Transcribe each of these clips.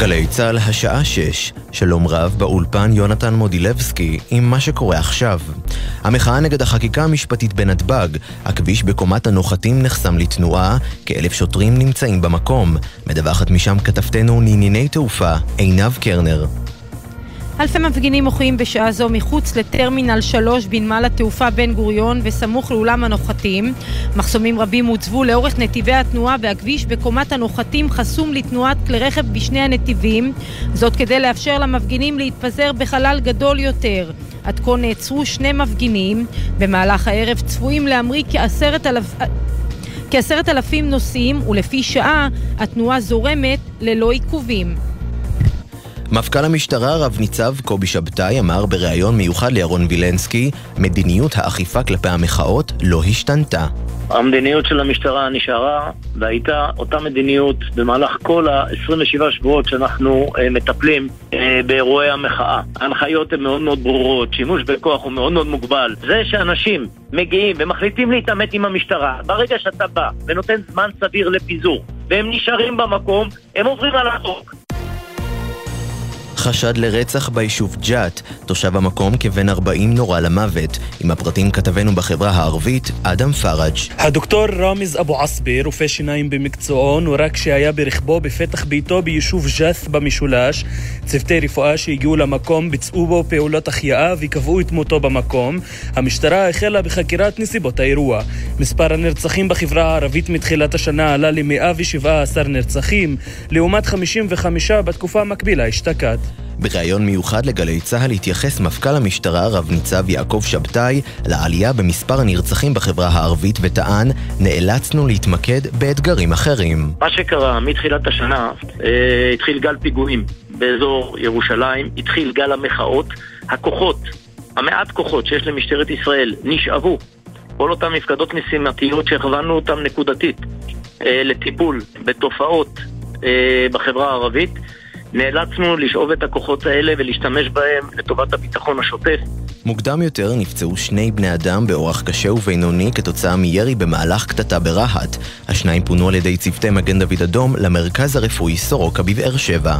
גלי צהל השעה 6. שלום רב, באולפן יונתן מודילבסקי עם מה שקורה עכשיו. המחאה נגד החקיקה המשפטית בנתב"ג. הכביש בקומת הנוחתים נחסם לתנועה, כ1,000 שוטרים נמצאים במקום. מדווחת משם כתבתנו לענייני תעופה עינב קרנר. אלפי מפגינים מוחים בשעה זו מחוץ לטרמינל 3 בנמל התעופה בן גוריון וסמוך לאולם הנוחתים. מחסומים רבים הוצבו לאורך נתיבי התנועה, והכביש בקומת הנוחתים חסום לתנועת כלי רכב בשני הנתיבים, זאת כדי לאפשר למפגינים להתפזר בחלל גדול יותר. עד כה נעצרו 2 מפגינים. במהלך הערב צפויים להמריא כ10,000 נוסעים, ולפי שעה התנועה זורמת ללא עיכובים. מפכ"ל המשטרה רב ניצב קובי שבתאי אמר בריאיון מיוחד לירון וילנסקי, מדיניות האכיפה כלפי המחאות לא השתנתה. המדיניות של המשטרה נשארה והייתה אותה מדיניות במהלך כל ה-27 שבועות שאנחנו מטפלים באירועי המחאה. ההנחיות הן מאוד מאוד ברורות, שימוש בכוח הוא מאוד מאוד מוגבל. זה שאנשים מגיעים ומחליטים להתעמת עם המשטרה, ברגע שאתה בא ונותן זמן סביר לפיזור והם נשארים במקום, הם עוברים על החוק. חשד לרצח ביישוב ג'ת, תושב המקום כבן 40 נורא למוות. עם הפרטים כתבנו בחברה הערבית, אדם פראג'. הדוקטור רמיז אבו עסבי, רופא שיניים במקצועו, נורה כשהיה ברכבו בפתח ביתו ביישוב ג'ת במשולש. צוותי רפואה שהגיעו למקום ביצעו בו פעולות החייאה וקבעו את מותו במקום. המשטרה החלה בחקירת נסיבות האירוע. מספר הנרצחים בחברה הערבית מתחילת השנה עלה ל117 נרצחים, לעומת 55 בתקופה המקבילה אשתקד. בריאיון מיוחד לגלי צהל התייחס מפכ"ל המשטרה רב ניצב יעקב שבתאי לעלייה במספר הנרצחים בחברה הערבית וטען, נאלצנו להתמקד באתגרים אחרים. מה שקרה מתחילת השנה, התחיל גל פיגועים באזור ירושלים, התחיל גל המחאות, המעט כוחות שיש למשטרת ישראל נשאבו, כל אותם מפקדות משימתיות שהכוונו אותם נקודתית לטיפול בתופעות בחברה הערבית. נאלצנו לשאוב את הכוחות האלה ולהשתמש בהם לטובת הביטחון השוטף. מוקדם יותר נפצעו 2 בני אדם באורח קשה ובינוני כתוצאה מירי במהלך קטטה ברהט. השניים פונו על ידי צוותי מגן דוד אדום למרכז הרפואי סורוקה בבאר שבע.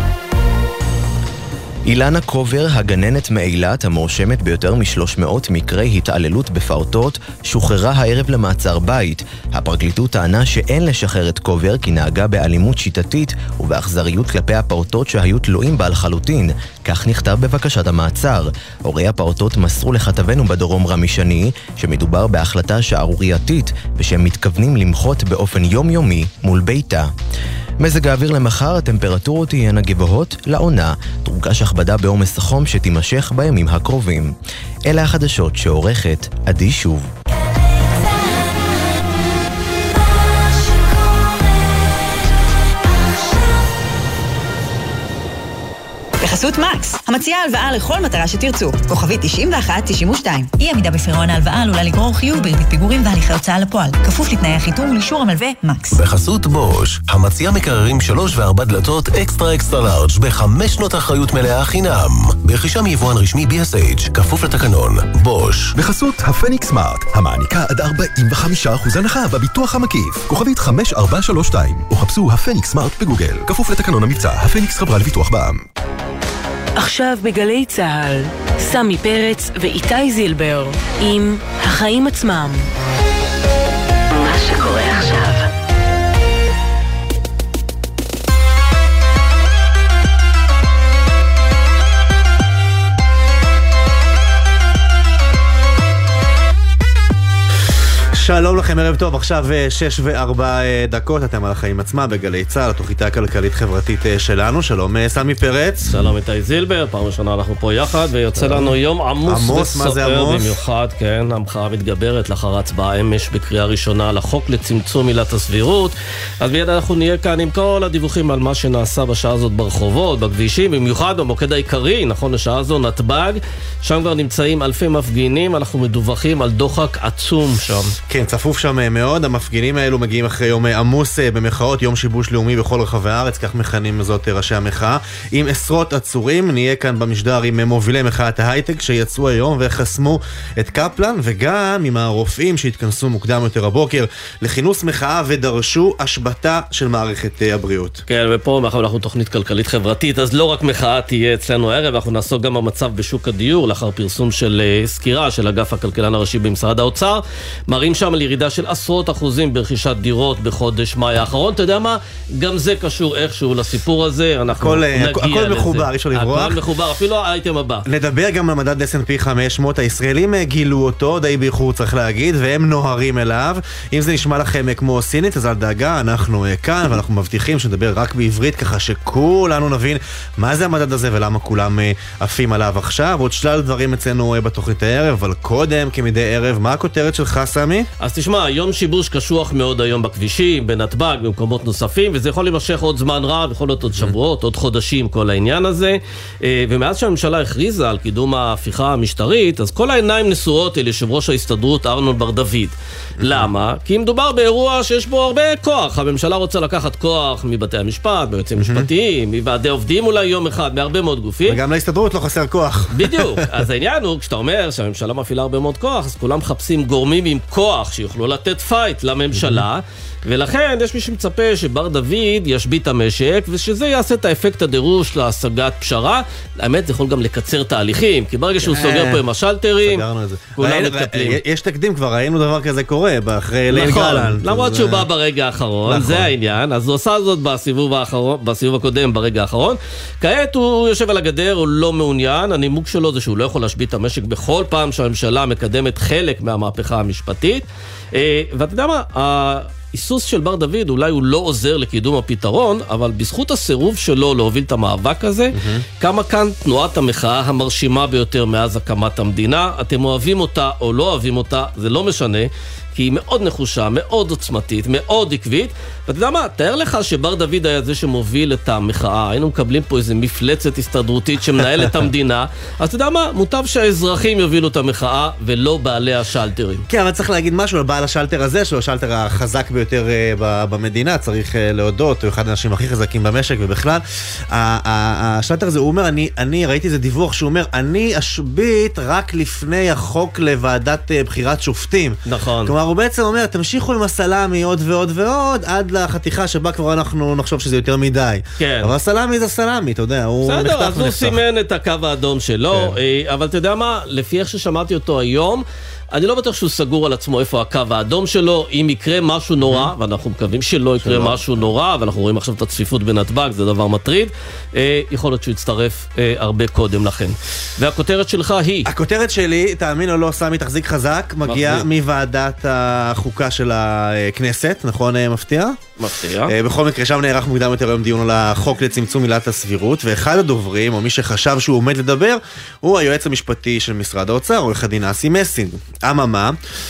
אילנה קובר, הגננת מאילת המואשמת ביותר מ300 מקרי התעללות בפעוטות, שוחררה הערב למעצר בית. הפרקליטות טענה שאין לשחרר את קובר כי נהגה באלימות שיטתית ובאכזריות כלפי הפעוטות שהיו תלויים בה לחלוטין. כך נכתב בבקשת המעצר. הורי הפעוטות מסרו לכתבנו בדרום רמי שני שמדובר בהחלטה שערורייתית ושהם מתכוונים למחות באופן יומיומי מול ביתה. מזג האוויר למחר, הטמפרטורות תהיינה גבוהות לעונה, תורגש הכבדה בעומס החום שתימשך בימים הקרובים. אלה החדשות שעורכת עדי שוב. בחסות מקס, המציעה הלוואה לכל מטרה שתרצו. כוכבית 9192. אי עמידה בפירעון ההלוואה עלולה לגרור חיוב בריבית פיגורים והליכי הוצאה לפועל. כפוף לתנאי החיתום ולאישור המלווה מקס. בחסות בוש, המציעה מקררים 3 ו4 דלתות אקסטרה לארג' ב5 שנות אחריות מלאה חינם. ברכישה מיבואן רשמי BSH, כפוף לתקנון. בוש. בחסות הפניקס סמארט, המעניקה עד 45% הנחה בביטוח המקיף. כוכבית 5432. או חפשו הפניקס סמארט בגוגל. כפוף לתקנון המבצע, הפניקס חברה לביטוח בע"מ. עכשיו בגלי צהל, סמי פרץ ואיתי זילבר עם החיים עצמם. מה שקורה עכשיו. שלום לכם, ערב טוב, עכשיו 6:04, אתם על החיים עצמם בגלי צהל, התוכניתה הכלכלית-חברתית שלנו. שלום סמי פרץ. שלום איתי זילבר, פעם ראשונה אנחנו פה יחד, ויוצא לנו יום עמוס וסוער במיוחד, כן, המחאה מתגברת לאחר ההצבעה אמש בקריאה ראשונה על החוק לצמצום עילת הסבירות. אז מיד אנחנו נהיה כאן עם כל הדיווחים על מה שנעשה בשעה הזאת ברחובות, בכבישים, במיוחד במוקד העיקרי, נכון לשעה זו נתב"ג, שם כבר נמצאים אלפי מפגינים, אנחנו מדווחים על דוחק עצום שם. כן, כן, צפוף שם מאוד. המפגינים האלו מגיעים אחרי יום עמוס במחאות, יום שיבוש לאומי בכל רחבי הארץ, כך מכנים זאת ראשי המחאה, עם עשרות עצורים. נהיה כאן במשדר עם מובילי מחאת ההייטק שיצאו היום וחסמו את קפלן, וגם עם הרופאים שהתכנסו מוקדם יותר הבוקר לכינוס מחאה ודרשו השבתה של מערכת הבריאות. כן, ופה מאחר אנחנו תוכנית כלכלית חברתית, אז לא רק מחאה תהיה אצלנו הערב, אנחנו נעסוק גם במצב בשוק הדיור, לאחר פרסום של סקירה של אגף הכלכלן הראשי במשרד האוצר, מראים שם על ירידה של עשרות אחוזים ברכישת דירות בחודש מאי האחרון. אתה יודע מה? גם זה קשור איכשהו לסיפור הזה, אנחנו נגיע לזה. הכל מחובר, יש לו לברוח. הכל מחובר, אפילו האייטם הבא. נדבר גם על מדד S&P 500, הישראלים גילו אותו, די באיחור צריך להגיד, והם נוהרים אליו. אם זה נשמע לכם כמו סינית, אז אל דאגה, אנחנו כאן, ואנחנו מבטיחים שנדבר רק בעברית, ככה שכולנו נבין מה זה המדד הזה ולמה כולם עפים עליו עכשיו. עוד שלל דברים אצלנו בתוכנית הערב, אבל קודם, כמדי ערב, מה הכותרת שלך, סמי? אז תשמע, יום שיבוש קשוח מאוד היום בכבישים, בנתב"ג, במקומות נוספים, וזה יכול להימשך עוד זמן רב, יכול להיות עוד שבועות, עוד חודשים, כל העניין הזה. ומאז שהממשלה הכריזה על קידום ההפיכה המשטרית, אז כל העיניים נשואות אל יושב ראש ההסתדרות ארנון בר דוד. למה? כי מדובר באירוע שיש בו הרבה כוח. הממשלה רוצה לקחת כוח מבתי המשפט, ביועצים משפטיים, מוועדי עובדים אולי יום אחד, מהרבה מאוד גופים. וגם להסתדרות לא חסר כוח. בדיוק. אז העניין הוא, כשאתה אומר שהממשלה מפעילה הרבה מאוד כוח, אז כולם מחפשים גורמים עם כוח שיוכלו לתת פייט לממשלה, ולכן יש מי שמצפה שבר דוד ישבית את המשק, ושזה יעשה את האפקט הדרוש להשגת פשרה. האמת, זה יכול גם לקצר תהליכים, כי ברגע שהוא סוגר פה עם השלטרים, כולם מתקפלים. יש תקדים כבר, ראינו דבר כזה קורה, אחרי ליל גלנט. למרות שהוא בא ברגע האחרון, זה העניין, אז הוא עשה זאת בסיבוב הקודם, ברגע האחרון. כעת הוא יושב על הגדר, הוא לא מעוניין, הנימוק שלו זה שהוא לא יכול להשבית את המשק בכל פעם שהממשלה מקדמת חלק מהמהפכה המשפטית. ואתה יודע מה, האיסוס של בר דוד אולי הוא לא עוזר לקידום הפתרון, אבל בזכות הסירוב שלו להוביל את המאבק הזה, קמה כאן תנועת המחאה המרשימה ביותר מאז הקמת המדינה. אתם אוהבים אותה או לא אוהבים אותה, זה לא משנה, כי היא מאוד נחושה, מאוד עוצמתית, מאוד עקבית. ואתה יודע מה, תאר לך שבר דוד היה זה שמוביל את המחאה, היינו מקבלים פה איזה מפלצת הסתדרותית שמנהל את המדינה, אז אתה יודע מה, מוטב שהאזרחים יובילו את המחאה ולא בעלי השלטרים. כן, אבל צריך להגיד משהו על בעל השלטר הזה, שהוא השלטר החזק ביותר במדינה, צריך להודות, הוא אחד האנשים הכי חזקים במשק ובכלל. השלטר הזה, הוא אומר, אני ראיתי איזה דיווח שהוא אומר, אני אשבית רק לפני החוק לוועדת בחירת שופטים. נכון. כלומר, הוא בעצם אומר, תמשיכו עם הסלאמי עוד ועוד ועוד, עד לחתיכה שבה כבר אנחנו נחשוב שזה יותר מדי. כן. אבל הסלאמי זה סלאמי, אתה יודע, הוא נחתך נחתך. בסדר, אז הוא סימן את הקו האדום שלו, כן. אבל אתה יודע מה, לפי איך ששמעתי אותו היום, אני לא בטוח שהוא סגור על עצמו איפה הקו האדום שלו. אם יקרה משהו נורא, ואנחנו מקווים שלא יקרה משהו נורא, ואנחנו רואים עכשיו את הצפיפות בנתב"ג, זה דבר מטריד, יכול להיות שהוא יצטרף הרבה קודם לכן. והכותרת שלך היא? הכותרת שלי, תאמין או לא, סמי, תחזיק חזק, מגיעה מוועדת החוקה של הכנסת, נכון, מפתיע? מפתיע. בכל מקרה, שם נערך מוקדם יותר היום דיון על החוק לצמצום עילת הסבירות, ואחד הדוברים, או מי שחשב שהוא עומד לדבר, הוא היועץ המשפטי של משרד האוצר, עורך הדין אסי מסינג. אממה,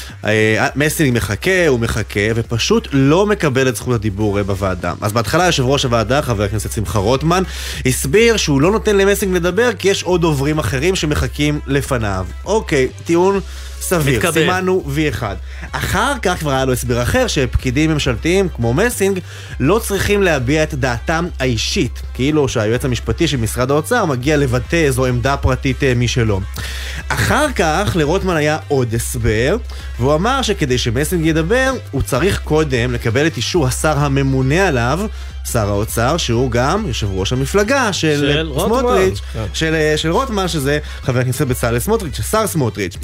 מסינג מחכה, ופשוט לא מקבל את זכות הדיבור בוועדה. אז בהתחלה יושב ראש הוועדה, חבר הכנסת שמחה רוטמן, הסביר שהוא לא נותן למסינג לדבר, כי יש עוד דוברים אחרים שמחכים לפניו. אוקיי, טיעון סביר, סימנו V1. אחר כך כבר היה לו הסבר אחר, שפקידים ממשלתיים כמו מסינג לא צריכים להביע את דעתם האישית, כאילו שהיועץ המשפטי של משרד האוצר מגיע לבטא איזו עמדה פרטית משלו. אחר כך לרוטמן היה עוד הסבר, והוא אמר שכדי שמסינג ידבר, הוא צריך קודם לקבל את אישור השר הממונה עליו, שר האוצר, שהוא גם יושב ראש המפלגה של סמוטריץ', של רוטמן, שזה חבר הכנסת בצלאל סמוטריץ', שר סמוטריץ'.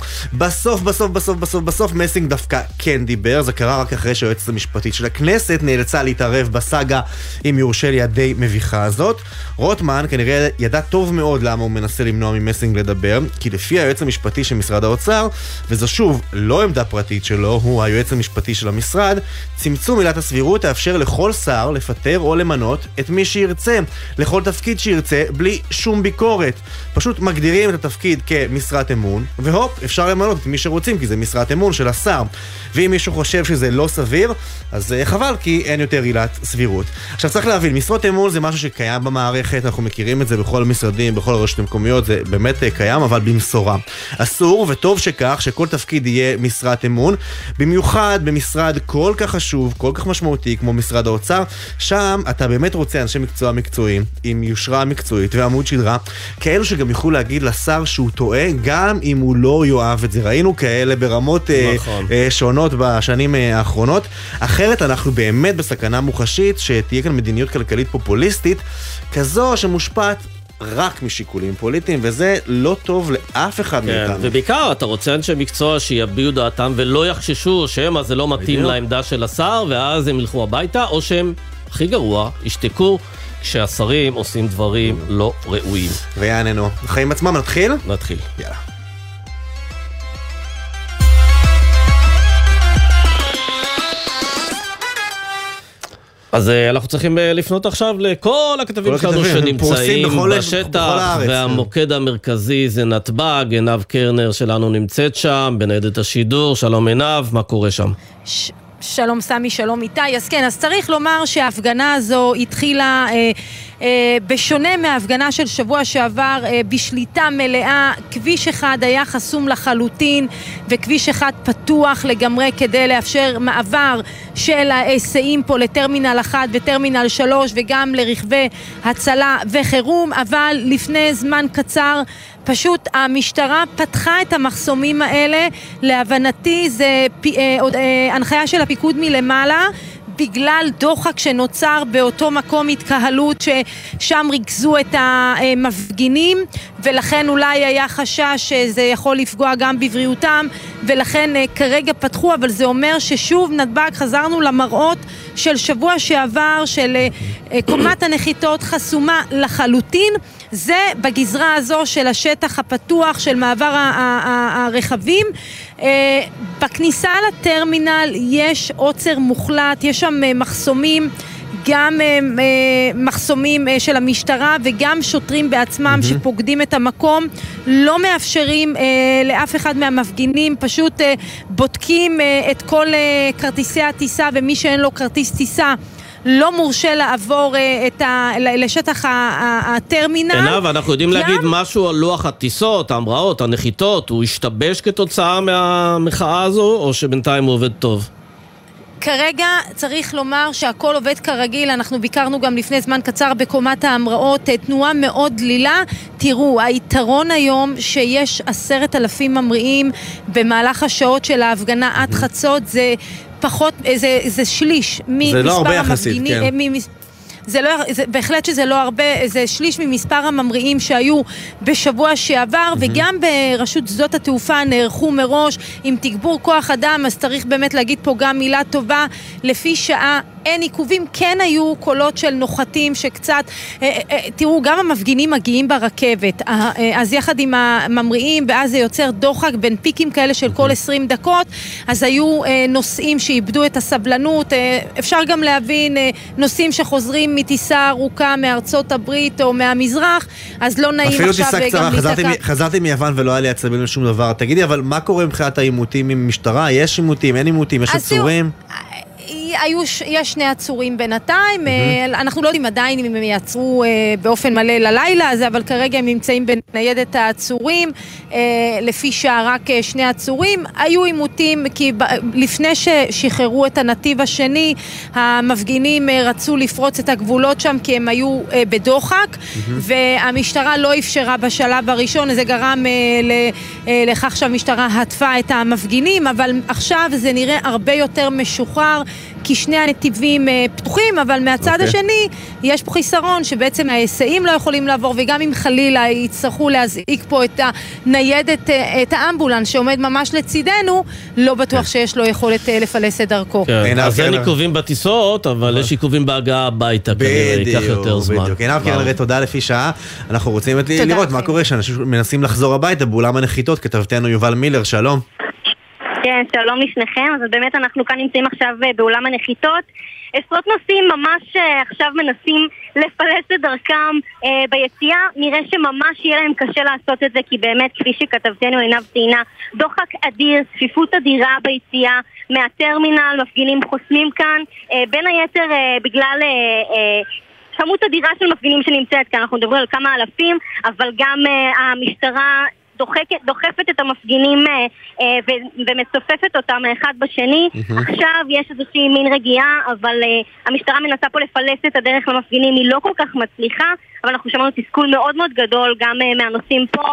בסוף מסינג דווקא כן דיבר. זה קרה רק אחרי שהיועצת המשפטית של הכנסת נאלצה להתערב בסאגה, אם יורשה לי, הדי מביכה הזאת. רוטמן כנראה ידע טוב מאוד למה הוא מנסה למנוע ממסינג לדבר, כי לפי היועץ המשפטי של משרד האוצר, וזו שוב לא עמדה פרטית שלו, הוא היועץ המשפטי של המשרד, צמצום עילת הסבירות תאפשר לכל שר לפטר או יכול למנות את מי שירצה, לכל תפקיד שירצה, בלי שום ביקורת. פשוט מגדירים את התפקיד כמשרת אמון, והופ, אפשר למנות את מי שרוצים, כי זה משרת אמון של השר. ואם מישהו חושב שזה לא סביר, אז חבל, כי אין יותר עילת סבירות. עכשיו צריך להבין, משרות אמון זה משהו שקיים במערכת, אנחנו מכירים את זה בכל המשרדים, בכל הרשויות המקומיות, זה באמת קיים, אבל במשורה. אסור וטוב שכך, שכל תפקיד יהיה משרת אמון, במיוחד במשרד כל כך חשוב, כל כך משמעותי, כמו משרד האוצר, שם אתה באמת רוצה אנשי מקצוע מקצועיים, עם יושרה מקצועית ועמוד שדרה, כאלו שגם יוכלו להגיד לשר שהוא טועה, גם אם הוא לא יאהב את זה. ראינו כאלה ברמות שונות בשנים האחרונות. אחרת אנחנו באמת בסכנה מוחשית שתהיה כאן מדיניות כלכלית פופוליסטית, כזו שמושפעת רק משיקולים פוליטיים, וזה לא טוב לאף אחד מאיתנו. ובעיקר אתה רוצה אנשי מקצוע שיביעו דעתם ולא יחששו שהם זה לא מתאים לעמדה של השר, ואז הם ילכו הביתה, או שהם, הכי גרוע, ישתקו כשהשרים עושים דברים לא ראויים. ויעננו. החיים עצמם, נתחיל? נתחיל. יאללה. אז אנחנו צריכים לפנות עכשיו לכל הכתבים שלנו שנמצאים בשטח, והמוקד המרכזי זה נתב"ג. עינב קרנר שלנו נמצאת שם, בניידת השידור. שלום עינב, מה קורה שם? שלום סמי, שלום איתי. אז כן, אז צריך לומר שההפגנה הזו התחילה בשונה מההפגנה של שבוע שעבר, בשליטה מלאה. כביש אחד היה חסום לחלוטין, וכביש אחד פתוח לגמרי כדי לאפשר מעבר של ההיסעים פה לטרמינל 1 וטרמינל 3, וגם לרכבי הצלה וחירום. אבל לפני זמן קצר פשוט המשטרה פתחה את המחסומים האלה. להבנתי זה הנחיה של הפיקוד מלמעלה, בגלל דוחק שנוצר באותו מקום התקהלות ששם ריכזו את המפגינים, ולכן אולי היה חשש שזה יכול לפגוע גם בבריאותם, ולכן כרגע פתחו. אבל זה אומר ששוב נתב"ג, חזרנו למראות של שבוע שעבר, של קומת הנחיתות חסומה לחלוטין. זה בגזרה הזו של השטח הפתוח, של מעבר הרכבים. בכניסה לטרמינל יש עוצר מוחלט, יש שם מחסומים, גם מחסומים של המשטרה וגם שוטרים בעצמם שפוקדים את המקום, לא מאפשרים לאף אחד מהמפגינים, פשוט בודקים את כל כרטיסי הטיסה, ומי שאין לו כרטיס טיסה לא מורשה לעבור לשטח הטרמינל. עינב, אנחנו יודעים להגיד משהו על לוח הטיסות, ההמראות, הנחיתות, הוא השתבש כתוצאה מהמחאה הזו, או שבינתיים הוא עובד טוב? כרגע צריך לומר שהכל עובד כרגיל. אנחנו ביקרנו גם לפני זמן קצר בקומת ההמראות, תנועה מאוד דלילה. תראו, היתרון היום שיש 10,000 ממריאים במהלך השעות של ההפגנה עד חצות, זה פחות, זה שליש ממספר המפגינים. בהחלט שזה לא הרבה, זה שליש ממספר הממריאים שהיו בשבוע שעבר, וגם ברשות שדות התעופה נערכו מראש עם תגבור כוח אדם. אז צריך באמת להגיד פה גם מילה טובה, לפי שעה אין עיכובים. כן היו קולות של נוחתים שקצת, תראו, גם המפגינים מגיעים ברכבת, אז יחד עם הממריאים, ואז זה יוצר דוחק בין פיקים כאלה של כל 20 דקות, אז היו נוסעים שאיבדו את הסבלנות. אפשר גם להבין נוסעים שחוזרים מטיסה ארוכה מארצות הברית או מהמזרח, אז לא נעים עכשיו גם להתקע. חזרתי מיוון ולא היה לי עצבים לשום דבר. תגידי, אבל מה קורה מבחינת העימותים עם משטרה? יש עימותים, אין עימותים, יש עצורים? יש שני עצורים בינתיים, אנחנו לא יודעים עדיין אם הם יעצרו באופן מלא ללילה הזה, אבל כרגע הם נמצאים בניידת העצורים, לפי שעה רק שני עצורים. היו עימותים, כי לפני ששחררו את הנתיב השני, המפגינים רצו לפרוץ את הגבולות שם, כי הם היו בדוחק, והמשטרה לא אפשרה בשלב הראשון. זה גרם לכך שהמשטרה הטפה את המפגינים, אבל עכשיו זה נראה הרבה יותר משוחרר, כי שני הנתיבים פתוחים, אבל מהצד השני יש פה חיסרון שבעצם ההיסעים לא יכולים לעבור, וגם אם חלילה יצטרכו להזעיק פה את הניידת, את האמבולנס שעומד ממש לצידנו, לא בטוח שיש לו יכולת לפלס את דרכו. אז אין עיכובים בטיסות, אבל יש עיכובים בהגעה הביתה, כנראה ייקח יותר זמן. עינב קרנר, תודה לפי שעה. אנחנו רוצים לראות מה קורה שאנשים מנסים לחזור הביתה באולם הנחיתות. כתבתנו יובל מילר, שלום. כן, שלום לשניכם. אז באמת אנחנו כאן נמצאים עכשיו באולם הנחיתות. עשרות נוסעים ממש עכשיו מנסים לפלס את דרכם ביציאה. נראה שממש יהיה להם קשה לעשות את זה, כי באמת, כפי שכתבתנו עינב ציינה, דוחק אדיר, צפיפות אדירה ביציאה מהטרמינל, מפגינים חוסמים כאן, בין היתר בגלל כמות אדירה של מפגינים שנמצאת כאן. אנחנו מדברים על כמה אלפים, אבל גם המשטרה דוחפת את המפגינים ומצופפת אותם אחד בשני. עכשיו יש איזושהי מין רגיעה, אבל המשטרה מנסה פה לפלס את הדרך למפגינים, היא לא כל כך מצליחה, אבל אנחנו שמענו תסכול מאוד מאוד גדול גם מהנוסעים פה,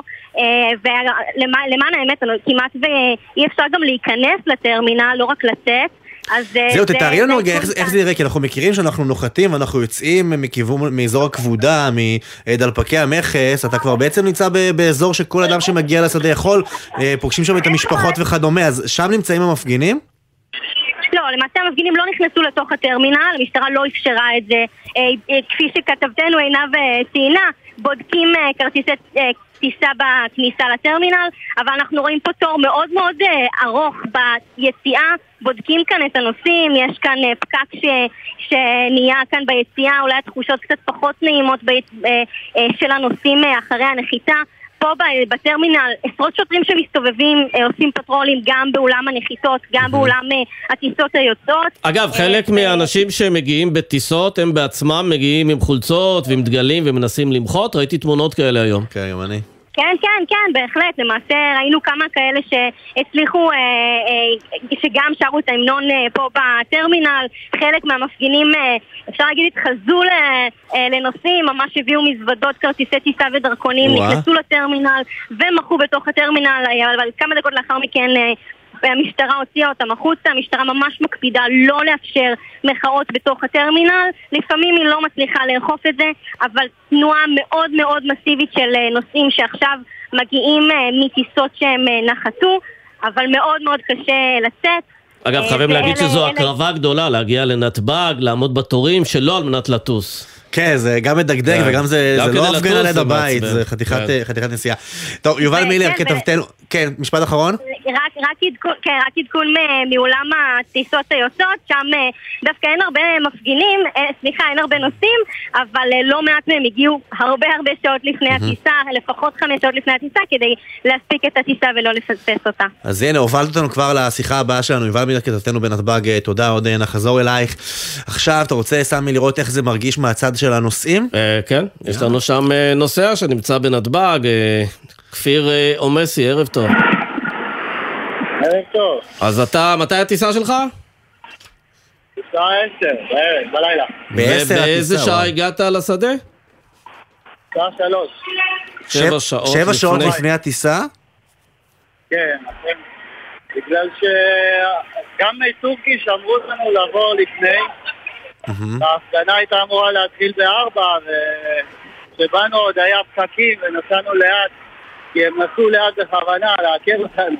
ולמען האמת כמעט ואי אפשר גם להיכנס לטרמינל, לא רק לצאת. זהו, תתארי לנו רגע איך זה נראה, כי אנחנו מכירים שאנחנו נוחתים ואנחנו יוצאים מאזור הכבודה, מדלפקי המכס, אתה כבר בעצם נמצא באזור שכל אדם שמגיע לשדה יכול, פוגשים שם את המשפחות וכדומה, אז שם נמצאים המפגינים? לא, למעשה המפגינים לא נכנסו לתוך הטרמינל, המשטרה לא אפשרה את זה, כפי שכתבתנו עינב ציינה, בודקים כרטיסי טיסה בכניסה לטרמינל, אבל אנחנו רואים פה תור מאוד מאוד ארוך ביציאה, בודקים כאן את הנוסעים, יש כאן פקק שנהיה כאן ביציאה, אולי התחושות קצת פחות נעימות של הנוסעים אחרי הנחיתה. פה בטרמינל עשרות שוטרים שמסתובבים, עושים פטרולים גם באולם הנחיתות, גם באולם הטיסות היוצאות. אגב, חלק מהאנשים שמגיעים בטיסות, הם בעצמם מגיעים עם חולצות ועם דגלים ומנסים למחות, ראיתי תמונות כאלה היום. כן, היום אני. כן, בהחלט. למעשה ראינו כמה כאלה שהצליחו, שגם שרו את ההמנון פה בטרמינל. חלק מהמפגינים, אפשר להגיד, התחזו לנוסעים, ממש הביאו מזוודות כרטיסי טיסה ודרכונים, נכנסו לטרמינל ומחו בתוך הטרמינל, אבל כמה דקות לאחר מכן והמשטרה הוציאה אותם החוצה. המשטרה ממש מקפידה לא לאפשר מחאות בתוך הטרמינל, לפעמים היא לא מצליחה לאכוף את זה, אבל תנועה מאוד מאוד מסיבית של נוסעים שעכשיו מגיעים מטיסות שהם נחתו, אבל מאוד מאוד קשה לצאת. אגב, חייבים להגיד שזו הקרבה גדולה, להגיע לנתב"ג, לעמוד בתורים שלא על מנת לטוס. כן, זה גם מדגדג וגם זה לא הפגנה ליד הבית, זה חתיכת נסיעה. טוב, יובל מילר, כתבתנו, כן, משפט אחרון? רק עדכון מעולם הטיסות היוצאות, שם דווקא אין הרבה מפגינים, אין הרבה נוסעים, אבל לא מעט מהם הגיעו הרבה שעות לפני הטיסה, לפחות 5 שעות לפני הטיסה, כדי להספיק את הטיסה ולא לפספס אותה. אז הנה, הובלת אותנו כבר לשיחה הבאה שלנו, יובל מילר, כתבתנו בנתב"ג, תודה, עוד נחזור אלייך. עכשיו, אתה רוצה, סמי, לראות איך זה מרגיש מהצד של הנוסעים? כן, יש לנו שם נוסע שנמצא בנתב"ג, כפיר אומסי, ערב טוב. ערב טוב. אז אתה, מתי הטיסה שלך? טיסה 10, בלילה. באיזה שעה הגעת לשדה? שעה 3. 7 שעות לפני הטיסה? כן, בגלל שגם מטורקי שאמרו לנו לבוא לפני, ההפגנה הייתה אמורה להתחיל ב4, וכשבאנו עוד היה פקקים ונסענו לאט, כי הם נסעו לאט בכוונה לעכב אותנו.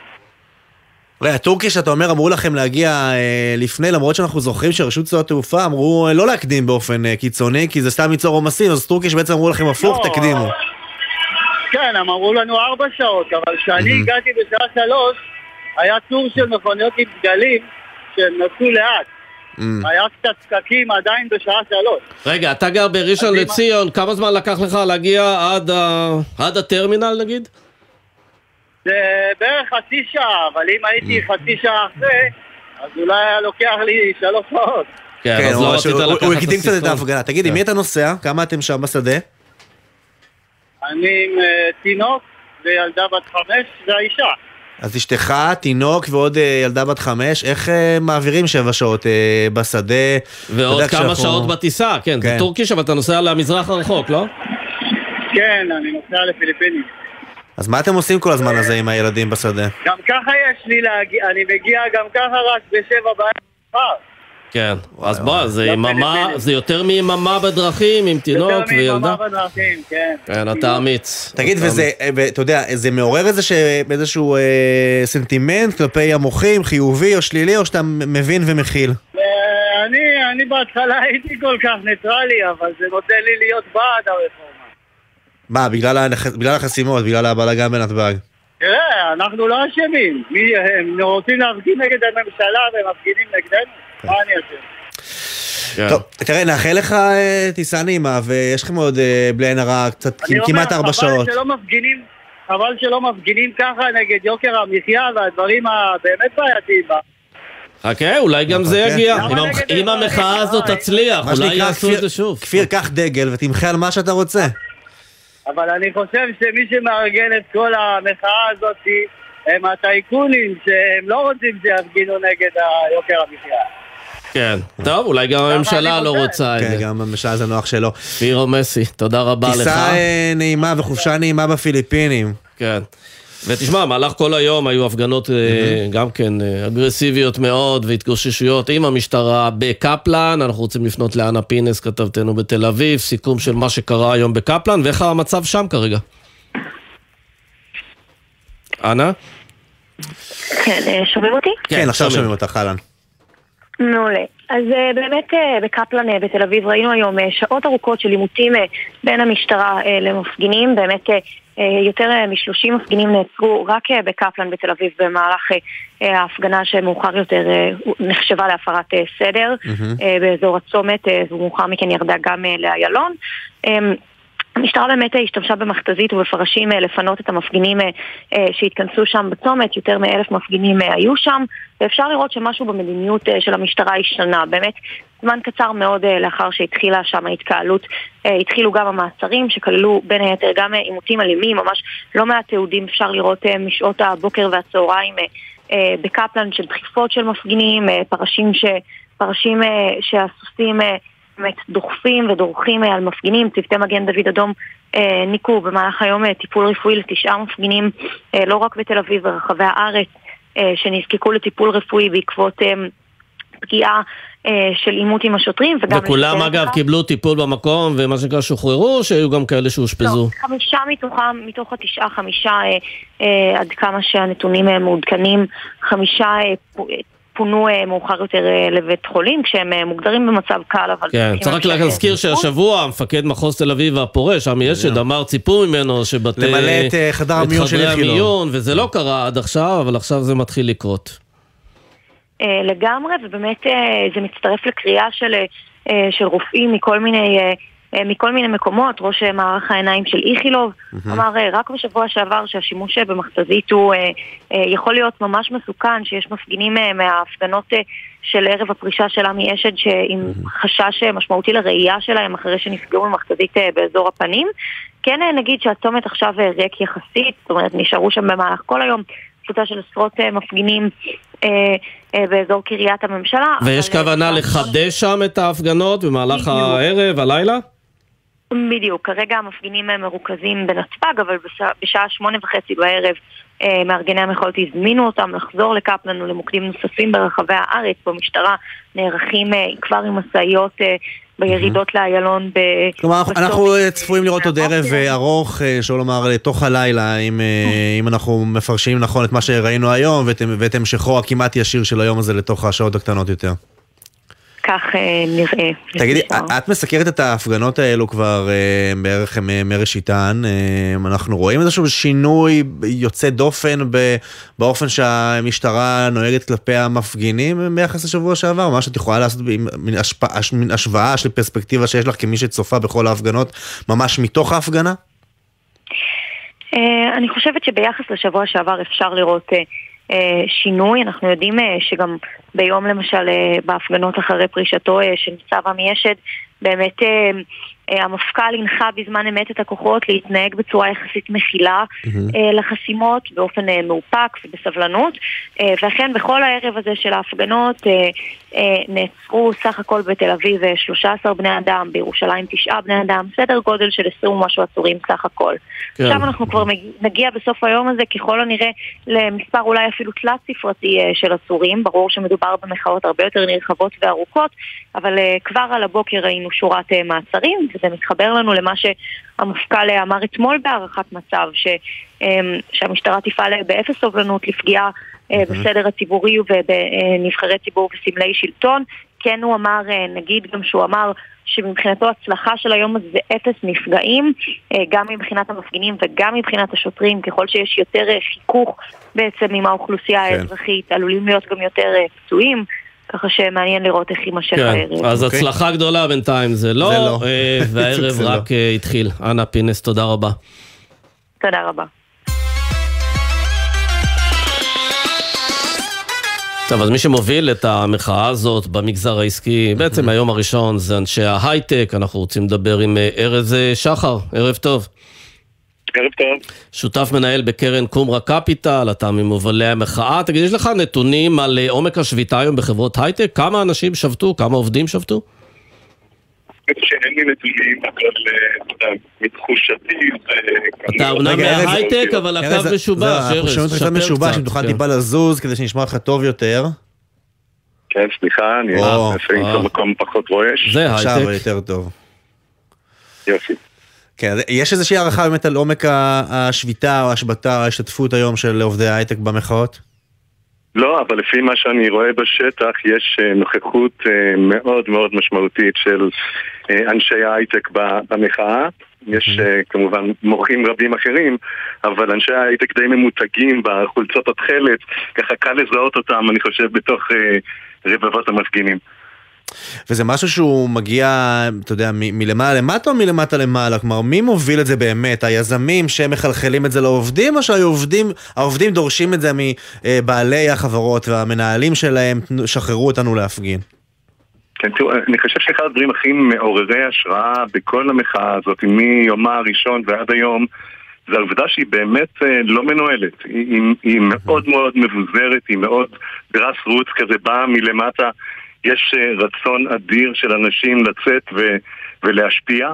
הטורקי שאתה אומר אמרו לכם להגיע לפני, למרות שאנחנו זוכרים שרשות שדות התעופה אמרו לא להקדים באופן קיצוני, כי זה סתם ייצור עומסים, אז טורקי שבעצם אמרו לכם הפוך, תקדימו. כן, הם אמרו לנו 4 שעות, אבל כשאני הגעתי בשעה 3, היה טור של מכוניות עם דגלים שהם נסעו לאט. היה קצת פקקים עדיין בשעה 3. רגע, אתה גר בראשון לציון, כמה זמן לקח לך להגיע עד הטרמינל נגיד? זה בערך חצי שעה, אבל אם הייתי חצי שעה אחרי, אז אולי היה לוקח לי 3 שעות. כן, אז לא רצית לקחת את הסיכון. הוא הקדים קצת את ההפגנה. תגיד, עם מי אתה נוסע? כמה אתם שם בשדה? אני עם תינוק וילדה בת 5 והאישה. אז אשתך, תינוק ועוד ילדה בת 5, איך מעבירים 7 שעות בשדה? ועוד כמה שעות בטיסה, כן, זה טורקיש, אבל אתה נוסע למזרח הרחוק, לא? כן, אני נוסע לפיליפינים. אז מה אתם עושים כל הזמן הזה עם הילדים בשדה? גם ככה יש לי להגיע, אני מגיע גם ככה רק ב7 בערב. כן, אז בוא, זה יותר מיממה בדרכים עם תינוק וילדה. יותר מיממה בדרכים, כן. כן, אתה אמיץ. תגיד, וזה, אתה יודע, זה מעורר איזשהו סנטימנט כלפי המוחים, חיובי או שלילי, או שאתה מבין ומכיל? אני בהתחלה הייתי כל כך ניטרלי, אבל זה נותן לי להיות בעד הרפורמה. מה, בגלל החסימות, בגלל הבלגן בנתב"ג? תראה, אנחנו לא אשמים. הם רוצים להפגין נגד הממשלה והם מפגינים נגדנו? מה אני אשם? טוב, תראה, נאחל לך טיסה נעימה, ויש לכם עוד בלי עין הרע קצת כמעט 4 שעות. חבל שלא מפגינים ככה נגד יוקר המחיה והדברים הבאמת בעייתיים. אוקיי, אולי גם זה יגיע. אם המחאה הזאת תצליח, אולי יעשו את זה שוב. כפיר, קח דגל ותמחה על מה שאתה רוצה. אבל אני חושב שמי שמארגן את כל המחאה הזאת הם הטייקונים שהם לא רוצים שיפגינו נגד יוקר המחיה. כן, טוב, אולי גם הממשלה לא רוצה את זה. כן, גם הממשלה זה נוח שלו. פירו מסי, תודה רבה לך. טיסה נעימה וחופשה נעימה בפיליפינים. כן. ותשמע, מהלך כל היום היו הפגנות גם כן אגרסיביות מאוד והתגוששויות עם המשטרה בקפלן. אנחנו רוצים לפנות לאנה פינס, כתבתנו בתל אביב, סיכום של מה שקרה היום בקפלן, ואיך המצב שם כרגע? אנה? כן, שומעים אותי? כן, עכשיו שומעים אותך, אהלן. מעולה. אז באמת בקפלן בתל אביב ראינו היום שעות ארוכות של עימותים בין המשטרה למפגינים. באמת יותר מ-30 מפגינים נעצרו רק בקפלן בתל אביב במהלך ההפגנה שמאוחר יותר נחשבה להפרת סדר באזור הצומת, ומאוחר מכן ירדה גם לאיילון. המשטרה באמת השתמשה במכתזית ובפרשים לפנות את המפגינים שהתכנסו שם בצומת. יותר מ1,000 מפגינים היו שם, ואפשר לראות שמשהו במדיניות של המשטרה השתנה. באמת, זמן קצר מאוד לאחר שהתחילה שם ההתקהלות, התחילו גם המעצרים שכללו בין היתר גם עימותים אלימים, ממש לא מעט תיעודים אפשר לראות משעות הבוקר והצהריים בקפלן של דחיפות של מפגינים, פרשים שהסוסים באמת דוחפים ודורכים על מפגינים. צוותי מגן דוד אדום ניקו במהלך היום טיפול רפואי ל9 מפגינים, לא רק בתל אביב ברחבי הארץ, שנזקקו לטיפול רפואי בעקבות פגיעה של עימות עם השוטרים. וכולם אגב קיבלו טיפול במקום ומה שנקרא שוחררו, או שהיו גם כאלה שהושפזו? לא, 5 מתוך 9, 5 עד כמה שהנתונים מעודכנים, 5 פונו מאוחר יותר לבית חולים, כשהם מוגדרים במצב קל, אבל... כן, צריך רק להזכיר שהשבוע מפקד מחוז תל אביב והפורש, עמי אשד, אמר ציפו ממנו שבתי... למלא את חדר המיון של איכילוב. וזה לא קרה עד עכשיו, אבל עכשיו זה מתחיל לקרות. לגמרי, ובאמת זה מצטרף לקריאה של רופאים מכל מיני מקומות. ראש מערך העיניים של איכילוב אמר רק בשבוע שעבר שהשימוש במכתזית הוא יכול להיות ממש מסוכן, שיש מפגינים מההפגנות של ערב הפרישה של עמי אשד שעם חשש משמעותי לראייה שלהם אחרי שנפגעו במכתזית באזור הפנים. כן נגיד שהצומת עכשיו ריק יחסית, זאת אומרת נשארו שם במהלך כל היום קבוצה של עשרות מפגינים באזור קריית הממשלה. ויש כוונה לחדש שם את ההפגנות במהלך הערב, הלילה? בדיוק, כרגע המפגינים מרוכזים בנתב"ג, אבל בשעה 8:30 בערב מארגני המחאות הזמינו אותם לחזור לקפלן ולמוקדים נוספים ברחבי הארץ. במשטרה נערכים כבר עם מסעיות בירידות לאיילון. כלומר, אנחנו צפויים לראות עוד ערב ארוך, שלא לומר לתוך הלילה, אם אנחנו מפרשים נכון את מה שראינו היום, ואת המשכו הכמעט ישיר של היום הזה לתוך השעות הקטנות יותר. כך נראה. תגידי, את מסקרת את ההפגנות האלו כבר בערך מראשיתן, אנחנו רואים איזשהו שינוי יוצא דופן באופן שהמשטרה נוהגת כלפי המפגינים ביחס לשבוע שעבר? מה שאת יכולה לעשות מן השוואה של פרספקטיבה שיש לך כמי שצופה בכל ההפגנות ממש מתוך ההפגנה? אני חושבת שביחס לשבוע שעבר אפשר לראות שינוי. אנחנו יודעים שגם ביום למשל בהפגנות אחרי פרישתו של ניצב עמי אשד, באמת המפכ"ל הנחה בזמן אמת את הכוחות להתנהג בצורה יחסית מכילה לחסימות באופן מאופק ובסבלנות, ואכן בכל הערב הזה של ההפגנות נעצרו סך הכל בתל אביב 13 בני אדם, בירושלים 9 בני אדם, סדר גודל של 20 ומשהו עצורים סך הכל. עכשיו אנחנו כבר נגיע בסוף היום הזה ככל הנראה למספר אולי אפילו תלת ספרתי של עצורים. ברור שמדובר במחאות הרבה יותר נרחבות וארוכות, אבל כבר על הבוקר ראינו שורת מעצרים, וזה מתחבר לנו למה שהמפכ"ל אמר אתמול בהערכת מצב, שהמשטרה תפעל באפס סובלנות לפגיעה בסדר הציבורי ובנבחרי ציבור וסמלי שלטון. כן, הוא אמר, נגיד גם שהוא אמר שמבחינתו הצלחה של היום הזה זה אפס נפגעים, גם מבחינת המפגינים וגם מבחינת השוטרים. ככל שיש יותר חיכוך בעצם עם האוכלוסייה האזרחית, עלולים להיות גם יותר פצועים. ככה שמעניין לראות איך יימשך הערב. אז הצלחה גדולה בינתיים זה לא, והערב רק התחיל. אנה פינס, תודה רבה. תודה רבה. טוב, אז מי שמוביל את המחאה הזאת במגזר העסקי, בעצם היום הראשון זה אנשי ההייטק. אנחנו רוצים לדבר עם ארז שחר. ערב טוב. ערב טוב. שותף מנהל בקרן קומרה קפיטל, אתה ממובילי המחאה. תגיד, יש לך נתונים על עומק השביתה היום בחברות הייטק? כמה אנשים שבתו? כמה עובדים שבתו? שאין לי נתונים, אבל מתחושתי אתה אומנם מההייטק, אבל הקו משובש. אנחנו שומעים אותך קצת משובש, אם תוכל טיפה לזוז כדי שנשמע אותך טוב יותר. כן, סליחה, אני אפילו במקום פחות רועש. זה הייטק. עכשיו יותר טוב. יופי. כן, יש איזושהי הערכה באמת על עומק השביתה או השבתה, ההשתתפות היום של עובדי ההייטק במחאות? לא, אבל לפי מה שאני רואה בשטח, יש נוכחות מאוד מאוד משמעותית של אנשי ההייטק במחאה. יש כמובן מוחים רבים אחרים, אבל אנשי ההייטק די ממותגים בחולצות התכלת, ככה קל לזהות אותם, אני חושב, בתוך רבבות המפגינים. וזה משהו שהוא מגיע, אתה יודע, מלמעלה למטה או מלמטה למעלה? כלומר, מי מוביל את זה באמת? היזמים שמחלחלים את זה לעובדים, או שהעובדים דורשים את זה מבעלי החברות והמנהלים שלהם, שחררו אותנו להפגין? כן, תראו, אני חושב שאחד הדברים הכי מעוררי השראה בכל המחאה הזאת, מיומה הראשון ועד היום, זה העובדה שהיא באמת לא מנוהלת. היא מאוד מאוד מבוזרת, היא מאוד גרס רוץ כזה, באה מלמטה. יש רצון אדיר של אנשים לצאת ולהשפיע,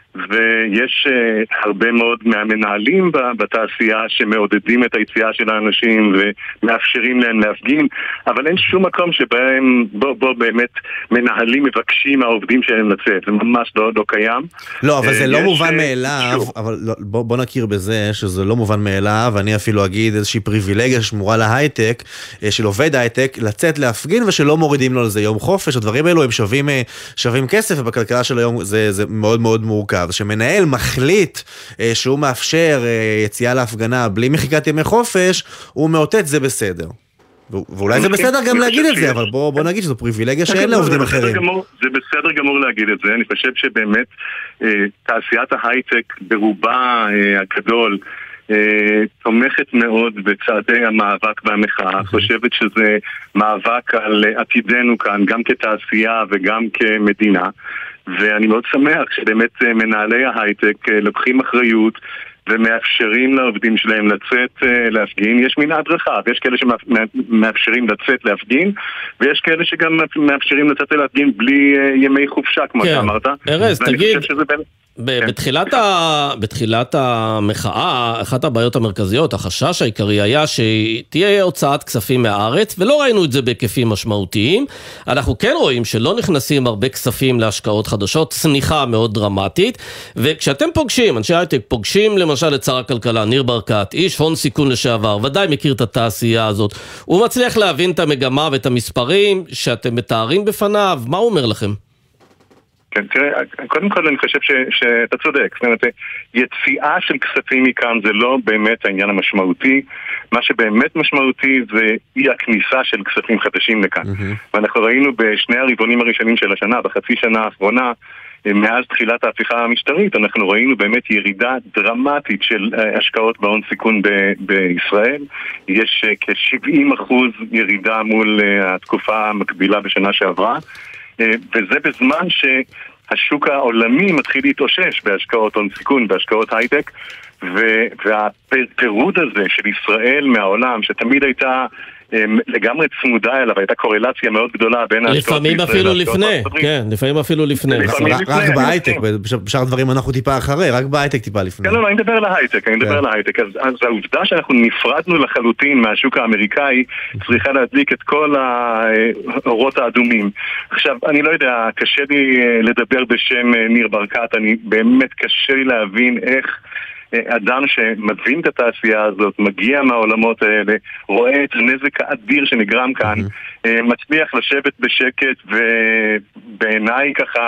ויש הרבה מאוד מהמנהלים בתעשייה שמעודדים את היציאה של האנשים ומאפשרים להם להפגין, אבל אין שום מקום שבהם בו באמת מנהלים מבקשים מהעובדים שלהם לצאת, זה ממש לא קיים. לא, אבל זה לא מובן מאליו, אבל בוא נכיר בזה שזה לא מובן מאליו, ואני אפילו אגיד איזושהי פריבילגיה שמורה להייטק, של עובד הייטק, לצאת להפגין ושלא מורידים לו לזה יום חופש. הדברים האלו הם שווים כסף, ובכלכלה של היום זה מאוד מאוד מורכב. שמנהל מחליט שהוא מאפשר יציאה להפגנה בלי מחיקת ימי חופש, הוא מאותת זה בסדר. ואולי זה בסדר גם להגיד את זה, אבל בוא נגיד שזו פריבילגיה שאין לעובדים אחרים. זה בסדר גמור להגיד את זה. אני חושב שבאמת תעשיית ההייטק ברובה הגדול תומכת מאוד בצעדי המאבק והמחאה. חושבת שזה מאבק על עתידנו כאן, גם כתעשייה וגם כמדינה. ואני מאוד שמח שבאמת מנהלי ההייטק לוקחים אחריות ומאפשרים לעובדים שלהם לצאת להפגין. יש מנעד רחב, יש כאלה שמאפשרים לצאת להפגין, ויש כאלה שגם מאפשרים לצאת להפגין בלי ימי חופשה, כמו שאמרת. ארז, תגיד, בתחילת המחאה, אחת הבעיות המרכזיות, החשש העיקרי היה שתהיה הוצאת כספים מהארץ, ולא ראינו את זה בהיקפים משמעותיים. אנחנו כן רואים שלא נכנסים הרבה כספים להשקעות חדשות, צניחה מאוד דרמטית, וכשאתם פוגשים, אנשי הייטק פוגשים למשל את שר הכלכלה, ניר ברקת, איש הון סיכון לשעבר, ודאי מכיר את התעשייה הזאת, הוא מצליח להבין את המגמה ואת המספרים שאתם מתארים בפניו, מה הוא אומר לכם? כן, תראה, קודם כל אני חושב שאתה צודק. זאת אומרת, יציאה של כספים מכאן זה לא באמת העניין המשמעותי. מה שבאמת משמעותי זה אי הכניסה של כספים חדשים לכאן. ואנחנו ראינו בשני הרבעונים הראשונים של השנה, בחצי שנה האחרונה, מאז תחילת ההפיכה המשטרית, אנחנו ראינו באמת ירידה דרמטית של השקעות בהון סיכון בישראל. יש כ-70% ירידה מול התקופה המקבילה בשנה שעברה. וזה בזמן שהשוק העולמי מתחיל להתאושש בהשקעות הון סיכון, בהשקעות הייטק, והפירוד הזה של ישראל מהעולם, שתמיד הייתה לגמרי צמודה אליו, הייתה קורלציה מאוד גדולה בין ההשקעות בישראל. לפעמים אפילו לפני, כן, לפעמים אפילו לפני. רק בהייטק, בשאר דברים אנחנו טיפה אחרי, רק בהייטק טיפה לפני. כן, לא, אני מדבר להייטק, אז העובדה שאנחנו נפרדנו לחלוטין מהשוק האמריקאי, צריכה להדליק את כל האורות האדומים. עכשיו, אני לא יודע, קשה לי לדבר בשם ניר ברקת, אני באמת קשה לי להבין איך אדם שמבין את התעשייה הזאת, מגיע מהעולמות האלה, רואה את הנזק האדיר שנגרם כאן, מצליח לשבת בשקט ובעיניי ככה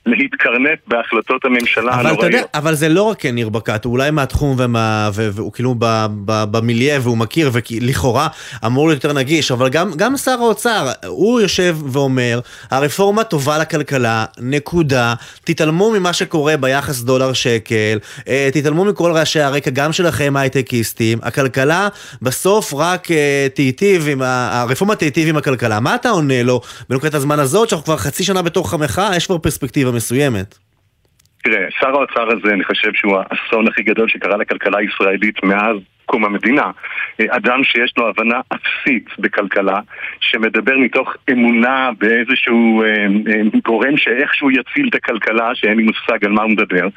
להתקרנף בהחלטות הממשלה הנוראיות. אבל זה לא רק ניר ברקת, הוא אולי מהתחום והוא כאילו במיליה והוא מכיר ולכאורה אמור להיות יותר נגיש, אבל גם שר האוצר, הוא יושב ואומר, הרפורמה טובה לכלכלה, נקודה, תתעלמו ממה שקורה ביחס דולר שקל, תתעלמו מכל רעשי הרקע גם שלכם הייטקיסטים, הכלכלה בסוף רק תיטיב, הרפורמה תיטיב עם הכלכלה. מה אתה עונה לו בנקודת הזמן הזאת, שאנחנו כבר חצי שנה בתוך המחאה, יש כבר פרספקטיבה מסוימת? תראה, שר האוצר הזה, אני חושב שהוא האסון הכי גדול שקרה לכלכלה הישראלית מאז קום המדינה. אדם שיש לו הבנה אפסית בכלכלה, שמדבר מתוך אמונה באיזשהו גורם שאיכשהו יציל את הכלכלה, שאין לי מושג על מה הוא מדבר,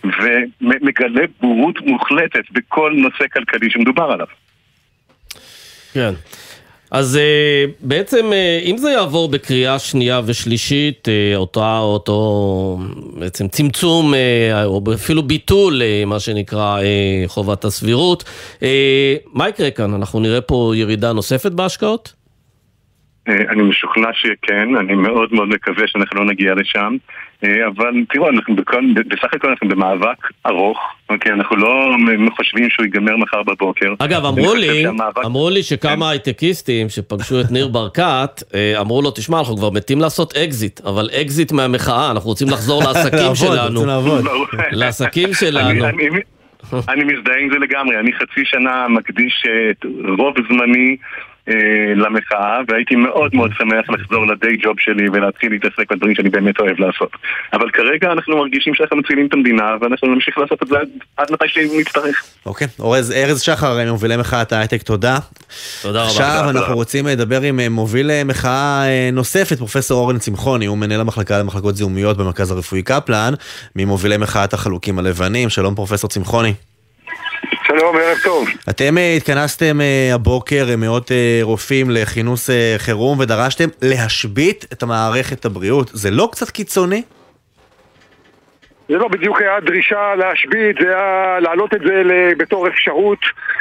ומגלה בורות מוחלטת בכל נושא כלכלי שמדובר עליו. כן. אז בעצם אם זה יעבור בקריאה שנייה ושלישית, אותו בעצם צמצום או אפילו ביטול מה שנקרא חובת הסבירות, מה יקרה כאן? אנחנו נראה פה ירידה נוספת בהשקעות? אני משוכנע שכן, אני מאוד מאוד מקווה שאנחנו לא נגיע לשם, אבל תראו, אנחנו בסך הכל אנחנו במאבק ארוך, אוקיי, אנחנו לא חושבים שהוא ייגמר מחר בבוקר. אגב, אמרו לי שכמה הייטקיסטים שפגשו את ניר ברקת, אמרו לו, תשמע, אנחנו כבר מתים לעשות אקזיט, אבל אקזיט מהמחאה, אנחנו רוצים לחזור לעסקים שלנו. לעסקים שלנו. אני מזדהה עם זה לגמרי, אני חצי שנה מקדיש את רוב זמני למחאה, והייתי מאוד מאוד שמח לחזור לדיי ג'וב שלי ולהתחיל להתעסק בדברים שאני באמת אוהב לעשות. אבל כרגע אנחנו מרגישים שאנחנו מצילים את המדינה, ואנחנו נמשיך לעשות את זה עד מתי שנצטרך. אוקיי, ארז שחר, מובילי מחאת ההייטק, תודה. תודה רבה. עכשיו אנחנו רוצים לדבר עם מוביל מחאה נוספת, פרופסור אורן צמחוני, הוא מנהל המחלקה למחלקות זיהומיות במרכז הרפואי קפלן, ממובילי מחאת החלוקים הלבנים. שלום פרופסור צמחוני. שלום, ערב טוב. אתם התכנסתם הבוקר מאות רופאים לכינוס חירום ודרשתם להשבית את המערכת הבריאות. זה לא קצת קיצוני? זה לא בדיוק היה דרישה להשבית, זה היה להעלות את זה בתור אפשרות.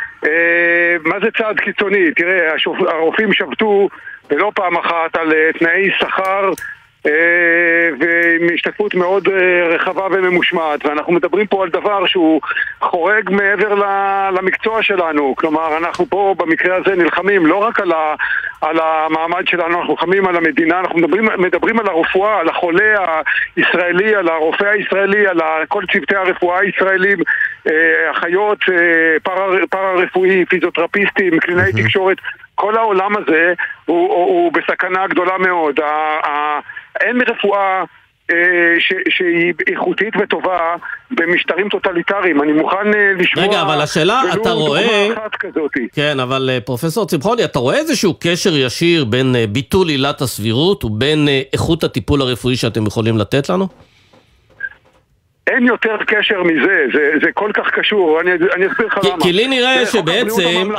מה זה צעד קיצוני? תראה, הרופאים שבתו ולא פעם אחת על תנאי שכר ועם השתתפות מאוד רחבה וממושמעת, ואנחנו מדברים פה על דבר שהוא חורג מעבר למקצוע שלנו. כלומר, אנחנו פה במקרה הזה נלחמים לא רק על המעמד שלנו, אנחנו נלחמים על המדינה, אנחנו מדברים על הרפואה, על החולה הישראלי, על הרופא הישראלי, על כל צוותי הרפואה הישראלים, אחיות, פארה-רפואי, פיזיותרפיסטים, קלינאי תקשורת. כל העולם הזה הוא בסכנה גדולה מאוד. אין רפואה שהיא איכותית וטובה במשטרים טוטליטריים. אני מוכן לשמוע... רגע, אבל השאלה, אתה רואה... כן, אבל פרופסור צמחוני, אתה רואה איזשהו קשר ישיר בין ביטול עילת הסבירות ובין איכות הטיפול הרפואי שאתם יכולים לתת לנו? אין יותר קשר מזה, זה כל כך קשור, אני אסביר לך למה. כי לי נראה שבעצם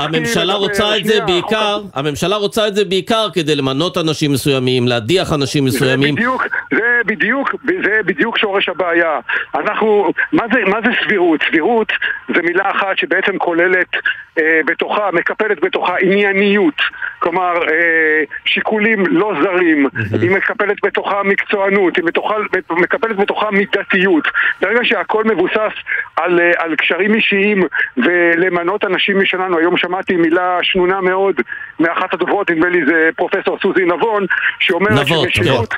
הממשלה רוצה את זה בעיקר כדי למנות אנשים מסוימים, להדיח אנשים מסוימים. זה בדיוק שורש הבעיה. מה זה סבירות? סבירות זה מילה אחת שבעצם כוללת בתוכה, מקפלת בתוכה ענייניות, כלומר שיקולים לא זרים, היא מקפלת בתוכה מקצוענות, היא מקפלת בתוכה מידתיות. ברגע שהכל מבוסס על קשרים אישיים ולמנות אנשים משלנו, היום שמעתי מילה שנונה מאוד מאחת הדוברות, נדמה לי זה פרופסור סוזי נבון, שאומרת שמשילות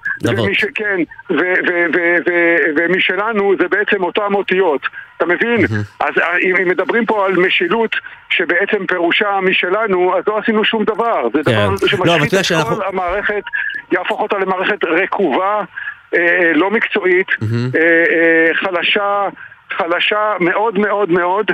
ומשלנו זה בעצם אותם אותיות. אתה מבין? אז אם מדברים פה על משילות שבעצם פירושה משלנו, אז לא עשינו שום דבר. זה דבר שמשחית את כל המערכת, יהפוך אותה למערכת רקובה, לא מקצועית, חלשה מאוד מאוד מאוד,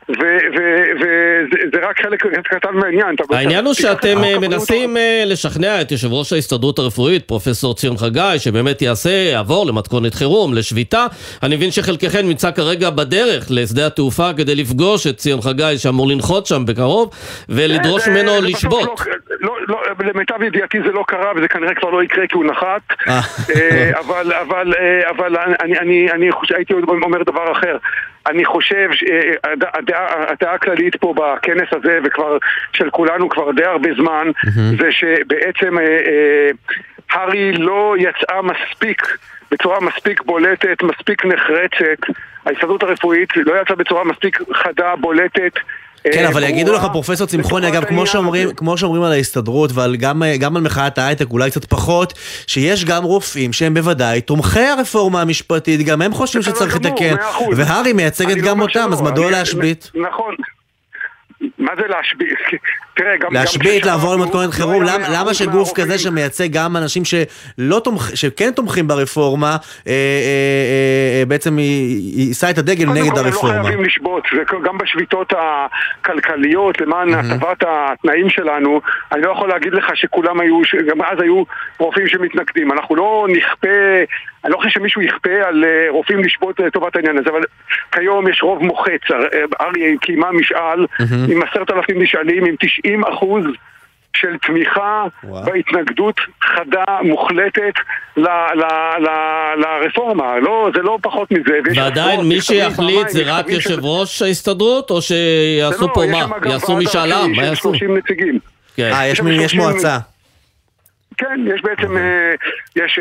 וזה רק חלק קטן מהעניין. העניין הוא שאתם מנסים לשכנע את יושב ראש ההסתדרות הרפואית, פרופסור ציון חגי, שבאמת יעבור למתכונת חירום, לשביתה. אני מבין שחלקכם נמצא כרגע בדרך לשדה התעופה כדי לפגוש את ציון חגי שאמור לנחות שם בקרוב, ולדרוש ממנו לשבות. למיטב ידיעתי זה לא קרה, וזה כנראה כבר לא יקרה כי הוא נחת. אבל אני הייתי אומר דבר אחר. אני חושב שהדעה הכללית פה בכנס הזה, וכבר של כולנו כבר די הרבה זמן, זה שבעצם הרי לא יצאה מספיק בצורה מספיק בולטת, מספיק נחרצת. ההסתדרות הרפואית לא יצאה בצורה מספיק חדה, בולטת. כן, אבל יגידו לך פרופסור צמחוני, אגב, כמו שאומרים על ההסתדרות, וגם על מחאת ההייטק, אולי קצת פחות, שיש גם רופאים שהם בוודאי תומכי הרפורמה המשפטית, גם הם חושבים שצריך לתקן, והרי מייצגת גם אותם, אז מדוע להשבית? נכון. מה זה להשבית? להשבית, לעבור למתכונת חירום, למה שגוף כזה שמייצג גם אנשים שכן תומכים ברפורמה, בעצם יישא את הדגל נגד הרפורמה? לא חייבים לשבות, וגם בשביתות הכלכליות, למען הטבת התנאים שלנו, אני לא יכול להגיד לך שכולם היו, גם אז היו רופאים שמתנגדים, אנחנו לא נכפה, אני לא חושב שמישהו יכפה על רופאים לשבות לטובת העניין הזה, אבל כיום יש רוב מוחץ, אריה קיימה משאל עם 10,000 משאלים, עם 90% של תמיכה בהתנגדות חדה, מוחלטת לרפורמה. לא, זה לא פחות מזה. ועדיין מי שיחליט זה רק יושב ראש ההסתדרות, או שיעשו פה מה? יעשו משאל עם? מה יעשו? 30 נציגים. יש מועצה. כן, יש בעצם, יש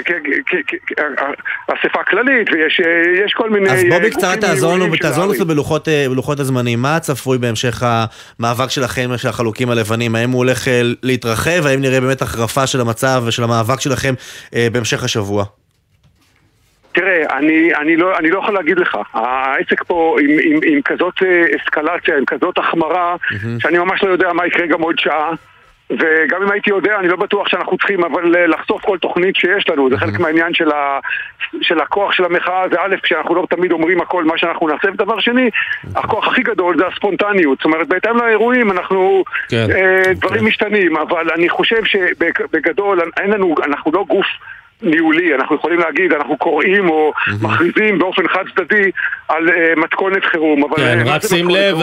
אספה כללית ויש כל מיני... אז בוא בקצרה תעזור לנו בלוחות הזמנים. מה צפוי בהמשך המאבק שלכם, של החלוקים הלבנים? האם הוא הולך להתרחב? האם נראה באמת החרפה של המצב ושל המאבק שלכם בהמשך השבוע? תראה, אני לא יכול להגיד לך, העסק פה עם כזאת אסקלציה, עם כזאת החמרה, שאני ממש לא יודע מה יקרה גם עוד שעה, וגם אם הייתי יודע, אני לא בטוח שאנחנו צריכים, אבל לחשוף כל תוכנית שיש לנו, זה חלק מהעניין של הכוח של המחאה, זה א', כשאנחנו לא תמיד אומרים הכל מה שאנחנו נעשה, ודבר שני, הכוח הכי גדול זה הספונטניות, זאת אומרת, בהתאם לאירועים אנחנו, דברים משתנים, אבל אני חושב שבגדול, אנחנו לא גוף ניהולי, אנחנו יכולים להגיד, אנחנו קוראים או מכריזים באופן חד צדדי על מתכונת חירום. כן, רק שים לב,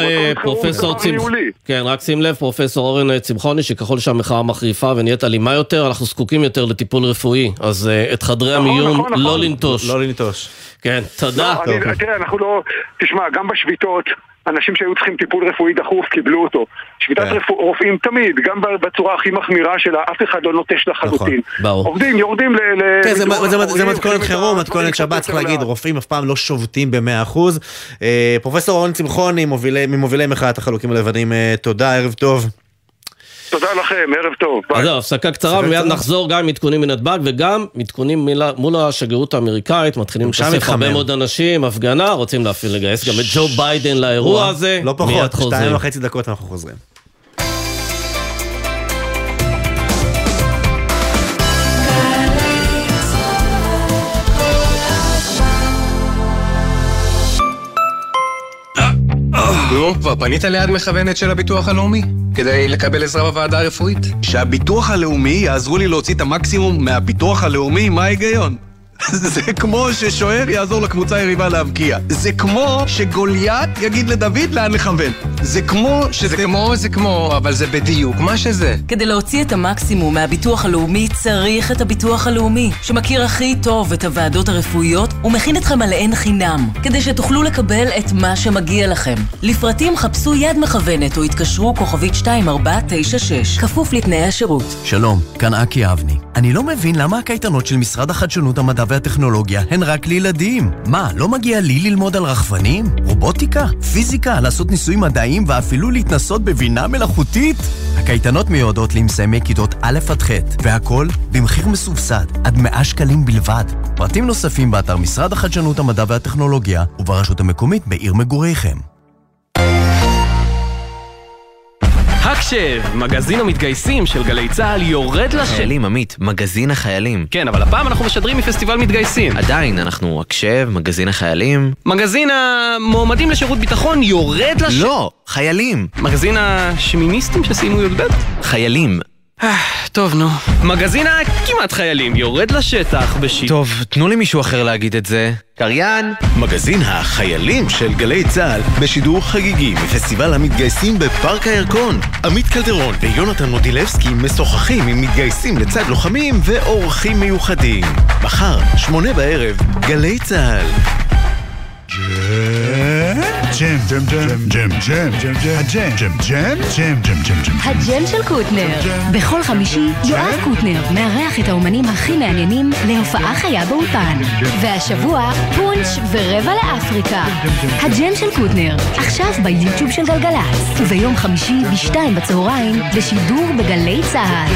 פרופסור אורן צמחוני, שככל שהמחאה מחריפה ונהיית אלימה יותר, אנחנו זקוקים יותר לטיפול רפואי, אז את חדרי המיון לא לנטוש. לא לנטוש. כן, תודה. תראה, אנחנו לא, תשמע, גם בשביתות, אנשים שהיו צריכים טיפול רפואי דחוף קיבלו אותו. שביתת רופאים תמיד, גם בצורה הכי מחמירה שלה, אף אחד לא נוטש לחלוטין. עובדים, יורדים כן, זה מתכונת חירום, מתכונת שבת, צריך להגיד, רופאים אף פעם לא שובתים ב100%. פרופסור אורן צמחוני, ממובילי מחאת החלוקים הלבנים, תודה, ערב טוב. תודה לכם, ערב טוב. אז הפסקה קצרה, ומיד נחזור גם עם עדכונים מנתב"ג, וגם עדכונים מול השגרירות האמריקאית, מתחילים לשתף הרבה מאוד אנשים, הפגנה, רוצים לגייס גם את ג'ו ביידן לאירוע הזה. לא פחות, 2.5 דקות אנחנו חוזרים. כבר פנית ליד מכוונת של הביטוח הלאומי כדי לקבל עזרה בוועדה הרפואית? שהביטוח הלאומי יעזרו לי להוציא את המקסימום מהביטוח הלאומי, מה ההיגיון? זה כמו ששוער יעזור לקבוצה יריבה להבקיע. זה כמו שגוליית יגיד לדוד לאן לכוון. זה כמו זה כמו, אבל זה בדיוק מה שזה. כדי להוציא את המקסימום מהביטוח הלאומי צריך את הביטוח הלאומי, שמכיר הכי טוב את הוועדות הרפואיות ומכין אתכם עליהן חינם, כדי שתוכלו לקבל את מה שמגיע לכם. לפרטים חפשו יד מכוונת או התקשרו כוכבית 2496, כפוף לתנאי השירות. שלום, כאן אקי אבני. אני לא מבין למה הקייטנות של משרד החדשנות, המדע והטכנולוגיה הן רק לילדים. מה, לא מגיע לי ללמוד על רחפנים? רובוטיקה? פיזיקה? לעשות ניסויים מדעיים ואפילו להתנסות בבינה מלאכותית? הקייטנות מיועדות למסיימי כיתות א' עד ח', והכל במחיר מסובסד, עד 100 שקלים בלבד. פרטים נוספים באתר משרד החדשנות, המדע והטכנולוגיה וברשות המקומית בעיר מגוריכם. הקשב, מגזין המתגייסים של גלי צהל יורד לשם. חיילים, עמית, מגזין החיילים. כן, אבל הפעם אנחנו משדרים מפסטיבל מתגייסים. עדיין, אנחנו הקשב, מגזין החיילים. מגזין המועמדים לשירות ביטחון יורד לשם. לא, חיילים. מגזין השמיניסטים שסיימו י"ב? חיילים. טוב, נו. מגזין הכמעט חיילים יורד לשטח בשיט. טוב, תנו לי מישהו אחר להגיד את זה. קריין. מגזין החיילים של גלי צהל בשידור חגיגי מפסטיבל המתגייסים בפארק הירקון. עמית קלדרון ויונתן מודילבסקי משוחחים עם מתגייסים לצד לוחמים ואורחים מיוחדים. מחר, 8 בערב, גלי צהל. ג'ם, ג'ם, ג'ם, ג'ם, ג'ם, ג'ם, הג'ם, ג'ם, ג'ם, ג'ם, ג'ם, ג'ם, ג'ם. הג'ם של קוטנר. בכל חמישי יואב קוטנר מארח את האומנים הכי מעניינים להופעה חיה באולפן. והשבוע פונץ' ורבע לאפריקה. הג'ם של קוטנר, עכשיו ביוטיוב של גלגלצ. וביום חמישי בשתיים בצהריים בשידור בגלי צהל.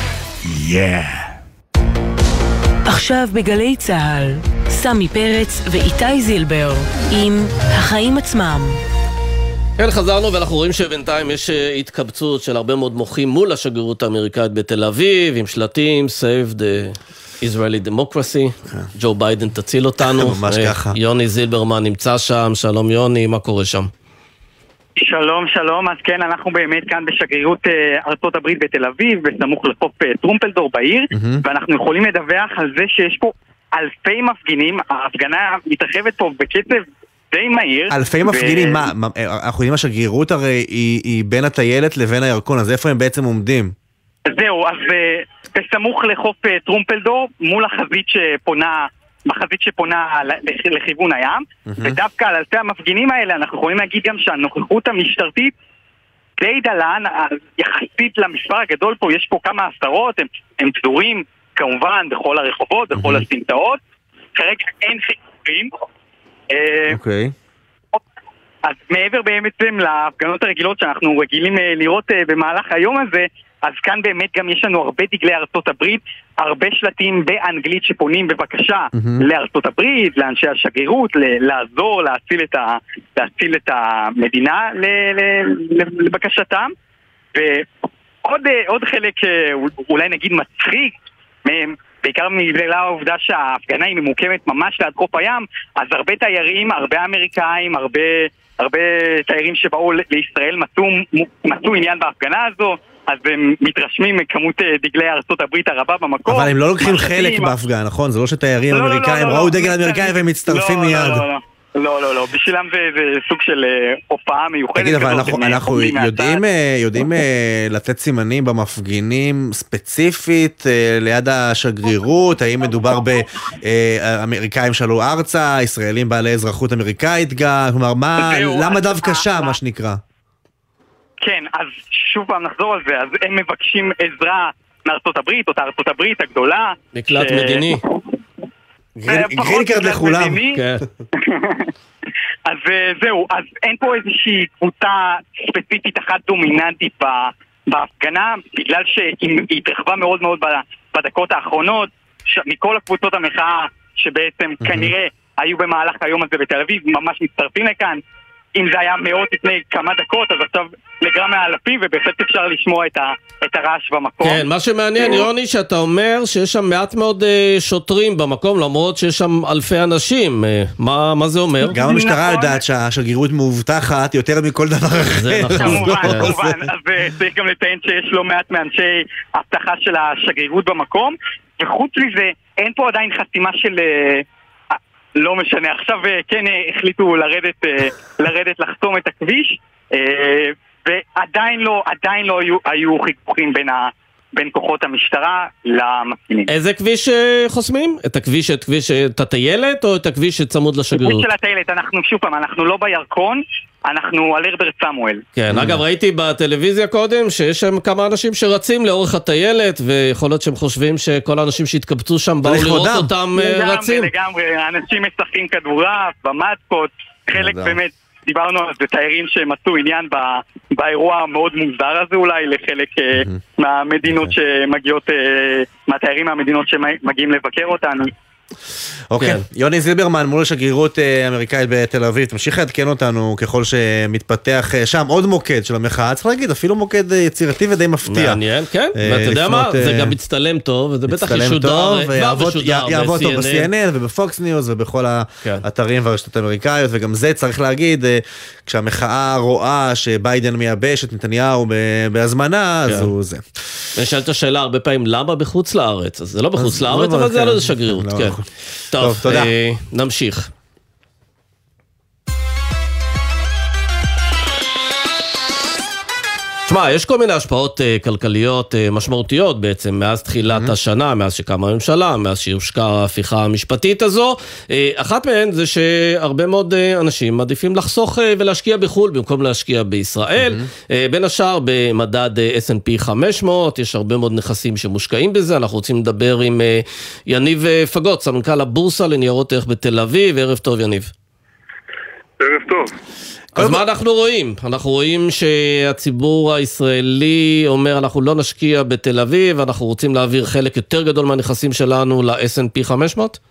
עכשיו בגלי צהל, סמי פרץ ואיתי זילבר עם החיים עצמם. כן, חזרנו ואנחנו רואים שבינתיים יש התקבצות של הרבה מאוד מוחים מול השגרירות האמריקאית בתל אביב, עם שלטים, Save the Israeli Democracy, ג'ו ביידן תציל אותנו. ממש ככה. יוני זילברמן נמצא שם, שלום יוני, מה קורה שם? שלום, שלום. אז כן, אנחנו באמת כאן בשגרירות ארצות הברית בתל אביב, בסמוך לחוף טרומפלדור בעיר, ואנחנו יכולים לדווח על זה שיש פה אלפי מפגינים. ההפגנה מתרחבת פה בקצב די מהיר. אלפי מפגינים, מה? אנחנו יודעים, השגרירות הרי היא בין הטיילת לבין הירקון, אז איפה הם בעצם עומדים? זהו, אז בסמוך לחוף טרומפלדור, מול החזית שפונה לכיוון הים, ודווקא על אלפי המפגינים האלה אנחנו יכולים להגיד גם שהנוכחות המשטרתית די דלן, יחסית למספר הגדול פה, יש פה כמה עשרות, הם פזורים כמובן בכל הרחובות, בכל הסמטאות, כרגע אין חיכוכים. אוקיי. אז מעבר בעצם להפגנות הרגילות שאנחנו רגילים לראות במהלך היום הזה, אז כאן באמת גם יש לנו הרבה דגלי ארצות הברית, הרבה שלטים באנגלית שפונים בבקשה לארצות הברית, לאנשי השגרירות, לעזור, להציל את המדינה לבקשתם. ועוד חלק אולי נגיד מצחיק, בעיקר בגלל העובדה שההפגנה היא ממוקמת ממש ליד חוף הים, אז הרבה תיירים, הרבה אמריקאים, הרבה תיירים שבאו לישראל מצאו עניין בהפגנה הזו, אז הם מתרשמים מכמות דגלי ארצות הברית הרבה במקום. אבל הם לא לוקחים חלק בהפגנה, נכון? זה לא שתיירים אמריקאים ראו דגל אמריקאי והם מצטרפים מיד. לא, בשבילם זה סוג של הופעה מיוחדת. תגיד, אבל אנחנו יודעים לתת סימנים במפגינים ספציפית ליד השגרירות? האם מדובר באמריקאים שעלו ארצה, ישראלים בעלי אזרחות אמריקאית גם? כלומר, למה דווקא שם, מה שנקרא? כן, אז שוב פעם נחזור על זה, אז הם מבקשים עזרה מארצות הברית, אותה ארצות הברית הגדולה. מקלט מדיני. גרינקארד לכולם. אז זהו, אז אין פה איזושהי קבוצה ספציפית אחת דומיננטית בהפגנה, בגלל שהיא התרחבה מאוד מאוד בדקות האחרונות, מכל הקבוצות המחאה שבעצם כנראה היו במהלך היום הזה בתל אביב, ממש מצטרפים לכאן. אם זה היה מאות לפני כמה דקות, אז עכשיו לגרם מהאלפים, ובהחלט אפשר לשמוע את הרעש במקום. כן, מה שמעניין, יוני, שאתה אומר שיש שם מעט מאוד שוטרים במקום, למרות שיש שם אלפי אנשים. מה זה אומר? גם המשטרה יודעת שהשגרירות מאובטחת יותר מכל דבר אחר. כמובן, אז צריך גם לציין שיש לא מעט מאנשי הבטחה של השגרירות במקום, וחוץ מזה, אין פה עדיין חסימה של... לא משנה, עכשיו כן החליטו לרדת לחסום את הכביש, ועדיין לא היו חיכוכים בין כוחות המשטרה למפגינים. איזה כביש חוסמים? את הטיילת או את הכביש שצמוד לשגרירות? הכביש של הטיילת, אנחנו לא בירקון, אנחנו על הרברט סמואל. כן, אגב ראיתי בטלוויזיה קודם שיש שם כמה אנשים שרצים לאורך הטיילת, ויכול להיות שהם חושבים שכל האנשים שהתקבצו שם באו לראות אותם רצים. לגמרי, אנשים משחקים כדורעף, במטקות, חלק באמת דיברנו על זה, תיירים שמצאו עניין באירוע המאוד מוזר הזה אולי, לחלק מהמדינות שמגיעות, מהתיירים מהמדינות שמגיעים לבקר אותנו. אוקיי, יוני זילברמן מול השגרירות האמריקאית בתל אביב, תמשיך לעדכן אותנו ככל שמתפתח שם עוד מוקד של המחאה, צריך להגיד, אפילו מוקד יצירתי ודי מפתיע. מעניין, כן, ואתה יודע מה, זה גם מצטלם טוב, וזה בטח ישודר, יעבוד טוב ב-CNN ובפוקס ניוז ובכל האתרים והרשתות האמריקאיות, וגם זה צריך להגיד, כשהמחאה רואה שביידן מייבש את נתניהו בהזמנה, אז הוא זה. ושאלת השאלה הרבה פעמים, למה בחוץ לארץ? אז זה לא בחוץ לארץ, אבל זה לא שגרירות, כן. טוב, תודה. נמשיך. תשמע, יש כל מיני השפעות כלכליות משמעותיות בעצם מאז תחילת השנה, מאז שקמה הממשלה, מאז שהושקעה ההפיכה המשפטית הזו. אחת מהן זה שהרבה מאוד אנשים מעדיפים לחסוך ולהשקיע בחול במקום להשקיע בישראל. בין השאר במדד S&P 500, יש הרבה מאוד נכסים שמושקעים בזה. אנחנו רוצים לדבר עם יניב פגות, סמנכ"ל הבורסה לניירות ערך בתל אביב. ערב טוב, יניב. ערב טוב. אז מה אנחנו רואים? אנחנו רואים שהציבור הישראלי אומר אנחנו לא נשקיע בתל אביב, אנחנו רוצים להעביר חלק יותר גדול מהנכסים שלנו ל-S&P 500?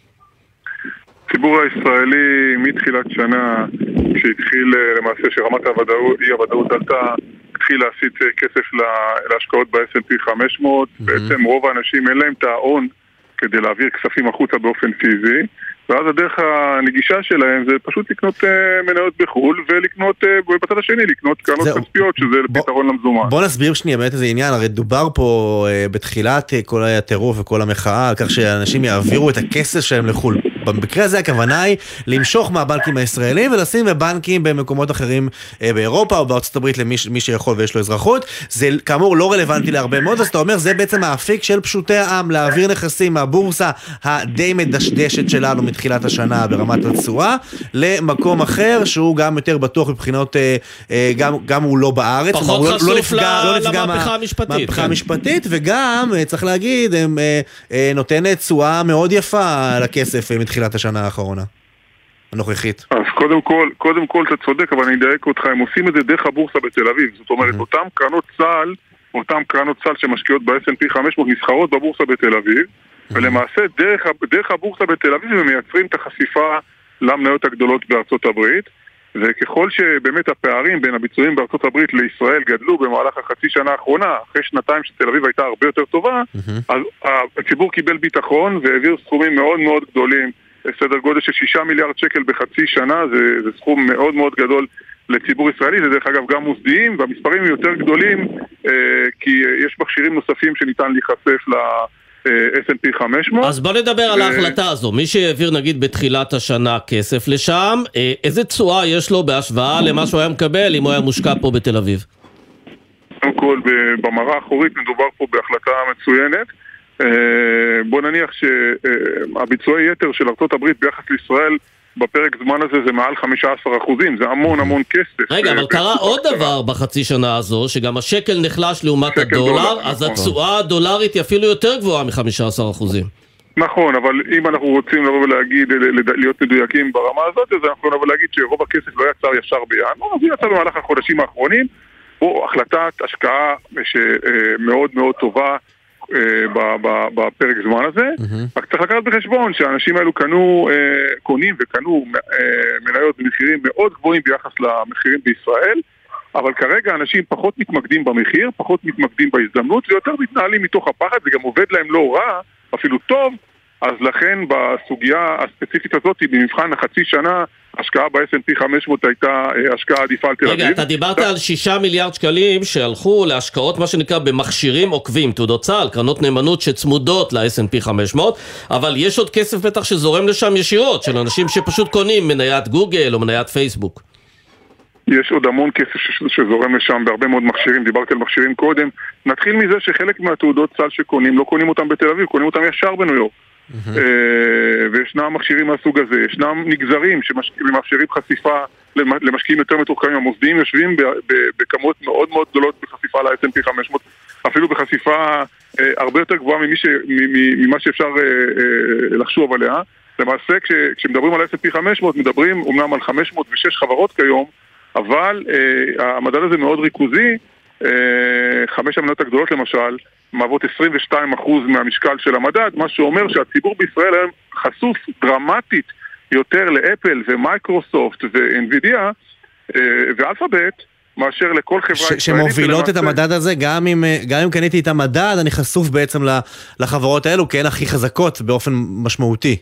הציבור הישראלי מתחילת שנה, כשהתחיל למעשה שרמת אי-הוודאות עלתה, התחיל להסיט כסף להשקעות ב-S&P 500, בעצם רוב האנשים אין להם את ההון כדי להעביר כספים החוצה באופן פיזי, ואז הדרך הנגישה שלהם זה פשוט לקנות מניות בחול, ולקנות בצד השני, לקנות קרנות כספיות, שזה פתרון למזומן. בוא נסביר שנייה באמת איזה עניין, הרי דובר פה בתחילת כל הטירוף וכל המחאה, על כך שאנשים יעבירו את הכסף שלהם לחול. במקרה הזה הכוונה היא למשוך מהבנקים הישראלים ולשים בבנקים במקומות אחרים באירופה או בארצות הברית למי שיכול ויש לו אזרחות. זה כאמור לא רלוונטי להרבה מאוד, אז אתה אומר זה בעצם האפיק של פשוטי העם להעביר נכסים מהבורסה הדי מדשדשת שלנו מתחילת השנה ברמת התשואה למקום אחר שהוא גם יותר בטוח מבחינות, גם הוא לא בארץ, פחות חשוף למהפכה המשפטית, מהפכה המשפטית, וגם צריך להגיד נותנת תשואה מאוד יפה לכסף מתחילת השנה האחרונה הנוכחית. אז קודם כל אתה צודק, אבל אני אדייק אותך, הם עושים את זה דרך הבורסה בתל אביב, זאת אומרת אותם קרנות צה"ל שמשקיעות ב-S&P 500 נסחרות בבורסה בתל אביב, ולמעשה דרך הבורסה בתל אביב הם מייצרים את החשיפה למניות הגדולות בארצות הברית, וככל שבאמת הפערים בין הביצועים בארצות הברית לישראל גדלו במהלך החצי שנה האחרונה, אחרי שנתיים שתל אביב הייתה הרבה יותר טובה, אז הציבור קיבל ביטחון והעביר סכומים מאוד מאוד גדולים, סדר גודל של 6 מיליארד שקל בחצי שנה, זה סכום מאוד מאוד גדול לציבור ישראלי, זה דרך אגב גם מוסדיים, והמספרים יותר גדולים, כי יש מכשירים נוספים שניתן להיחשף S&P 500. אז בוא נדבר על ההחלטה הזו. מי שהעביר נגיד בתחילת השנה כסף לשם, איזה תשואה יש לו בהשוואה למה שהוא היה מקבל אם הוא היה מושקע פה בתל אביב? קודם כל, במראה האחורית מדובר פה בהחלטה מצוינת. בוא נניח שהביצועי יתר של ארצות הברית ביחס לישראל בפרק זמן הזה זה מעל 15%, זה המון כסף. רגע, אבל קרה עוד דבר בחצי שנה הזו, שגם השקל נחלש לעומת הדולר, אז התשואה הדולרית היא אפילו יותר גבוהה מ-15%. נכון, אבל אם אנחנו רוצים לבוא ולהגיד, להיות מדויקים ברמה הזאת, אז אנחנו נבוא להגיד שרוב הכסף לא יצר ישר בינואר, אז הוא יצא במהלך החודשים האחרונים, או החלטת השקעה שמאוד מאוד טובה, בפרק זמן הזה, רק צריך לקחת בחשבון שהאנשים האלו קונים וקנו מניות במחירים מאוד גבוהים ביחס למחירים בישראל, אבל כרגע אנשים פחות מתמקדים במחיר, פחות מתמקדים בהזדמנות ויותר מתנהלים מתוך הפחד, זה גם עובד להם לא רע, אפילו טוב, אז לכן בסוגיה הספציפית הזאת, במבחן החצי שנה, השקעה ב-S&P 500 הייתה השקעה עדיפה על תל אביב. רגע, אתה דיברת על 6 מיליארד שקלים שהלכו להשקעות, מה שנקרא, במכשירים עוקבים, תעודות צה"ל, קרנות נאמנות שצמודות ל-S&P 500, אבל יש עוד כסף בטח שזורם לשם ישירות, של אנשים שפשוט קונים מניית גוגל או מניית פייסבוק. יש עוד המון כסף שזורם לשם בהרבה מאוד מכשירים, דיברתי על מכשירים קודם. נתחיל מזה שחלק מהתעודות צה"ל שקונים, לא קונים אותם בתל אביב, קונים אותם ישר בניו יורק. וישנם מכשירים מהסוג הזה, ישנם נגזרים שמאפשרים חשיפה למשקיעים יותר מתוחכמים. המוסדיים יושבים בכמות מאוד מאוד גדולות בחשיפה ל-S&P 500, אפילו בחשיפה הרבה יותר גבוהה ממה שאפשר לחשוב עליה. למעשה כשמדברים על S&P 500 מדברים אומנם על 506 חברות כיום, אבל המדד הזה מאוד ריכוזי. 5 המניות הגדולות למשל מהוות 22% מהמשקל של המדד, מה שאומר שהציבור בישראל היום חשוף דרמטית יותר לאפל ומייקרוסופט ואנווידיה ואלפאבית מאשר לכל חברה ישראלית שמובילות את המדד הזה. גם אם קניתי את המדד אני חשוף בעצם לחברות האלו כי הן הכי חזקות באופן משמעותי.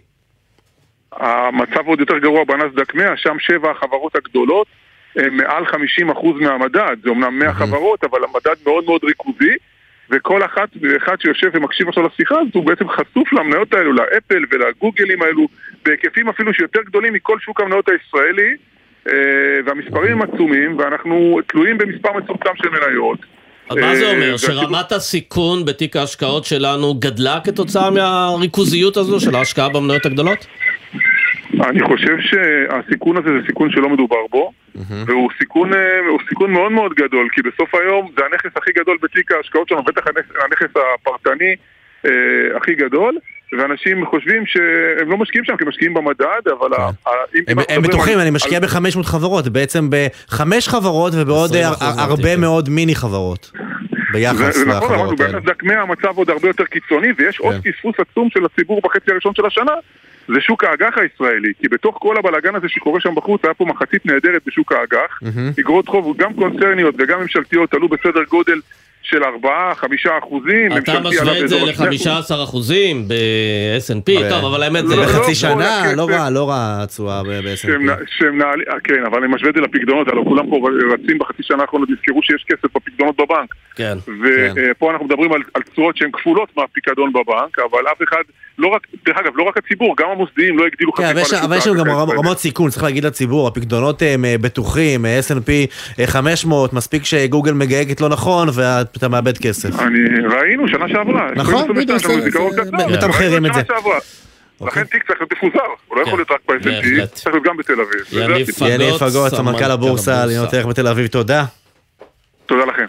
המצב עוד יותר גרוע בנסדק 100, שם 7 החברות הגדולות מעל 50% מהמדד, זה אומנם 100 חברות, אבל המדד מאוד מאוד ריכוזי, וכל אחת ואחד שיושב ומקשיב עכשיו לשיחה, אז הוא בעצם חשוף למניות האלו, לאפל ולגוגלים האלו, בהיקפים אפילו שיותר גדולים מכל שוק המניות הישראלי, והמספרים הם עצומים, ואנחנו תלויים במספר מצומצם של מניות. אז מה זה אומר? שרמת הסיכון בתיק ההשקעות שלנו גדלה כתוצאה מהריכוזיות הזו של ההשקעה במניות הגדולות? אני חושב שהסיכון הזה זה סיכון שלא מדובר בו, והוא סיכון מאוד מאוד גדול, כי בסוף היום זה הנכס הכי גדול בתיק ההשקעות שלנו, בטח הנכס הפרטני הכי גדול, ואנשים חושבים שהם לא משקיעים שם, כי משקיעים במדד, אבל... הם בטוחים, אני משקיע ב-500 חברות, בעצם ב-5 חברות ובעוד הרבה מאוד מיני חברות. ביחס לחברות האלה. נכון, אמרנו, ביחס המצב עוד הרבה יותר קיצוני, ויש עוד פספוס עצום של הציבור בחצי הראשון של השנה, זה שוק האג"ח הישראלי, כי בתוך כל הבלגן הזה שקורה שם בחוץ, היה פה מחצית נהדרת בשוק האג"ח, אגרות חוב גם קונצרניות וגם ממשלתיות עלו בסדר גודל של 4-5%. אתה משווה את זה ל-15% ב-S&P, טוב, אבל האמת זה... בחצי שנה, לא רע הצועה ב-S&P. כן, אבל אני משווה את זה לפקדונות, הלוא כולם פה רצים בחצי שנה האחרונות, נזכרו שיש כסף בפקדונות בבנק. כן. ופה אנחנו מדברים על צורות שהן כפולות מהפקדון בבנק, אבל אף אחד, דרך אגב, לא רק הציבור, גם המוסדיים לא הגדילו חשיפה. אבל יש לנו גם רמות סיכון, צריך להגיד לציבור, הפקדונות הם בטוחים, S&P 500, מספיק שגוגל מגייגת לא נכון, ואתה מאבד כסף. ראינו שנה שעברה. נכון, מתמחרים את זה. לכן תיק צריך להיות מפוזר, הוא לא יכול להיות רק ב-S&P, צריך להיות גם בתל אביב. יניב פגוט, סמנכ"ל הבורסה, לעניינות ערך בתל אביב, תודה. תודה לכם.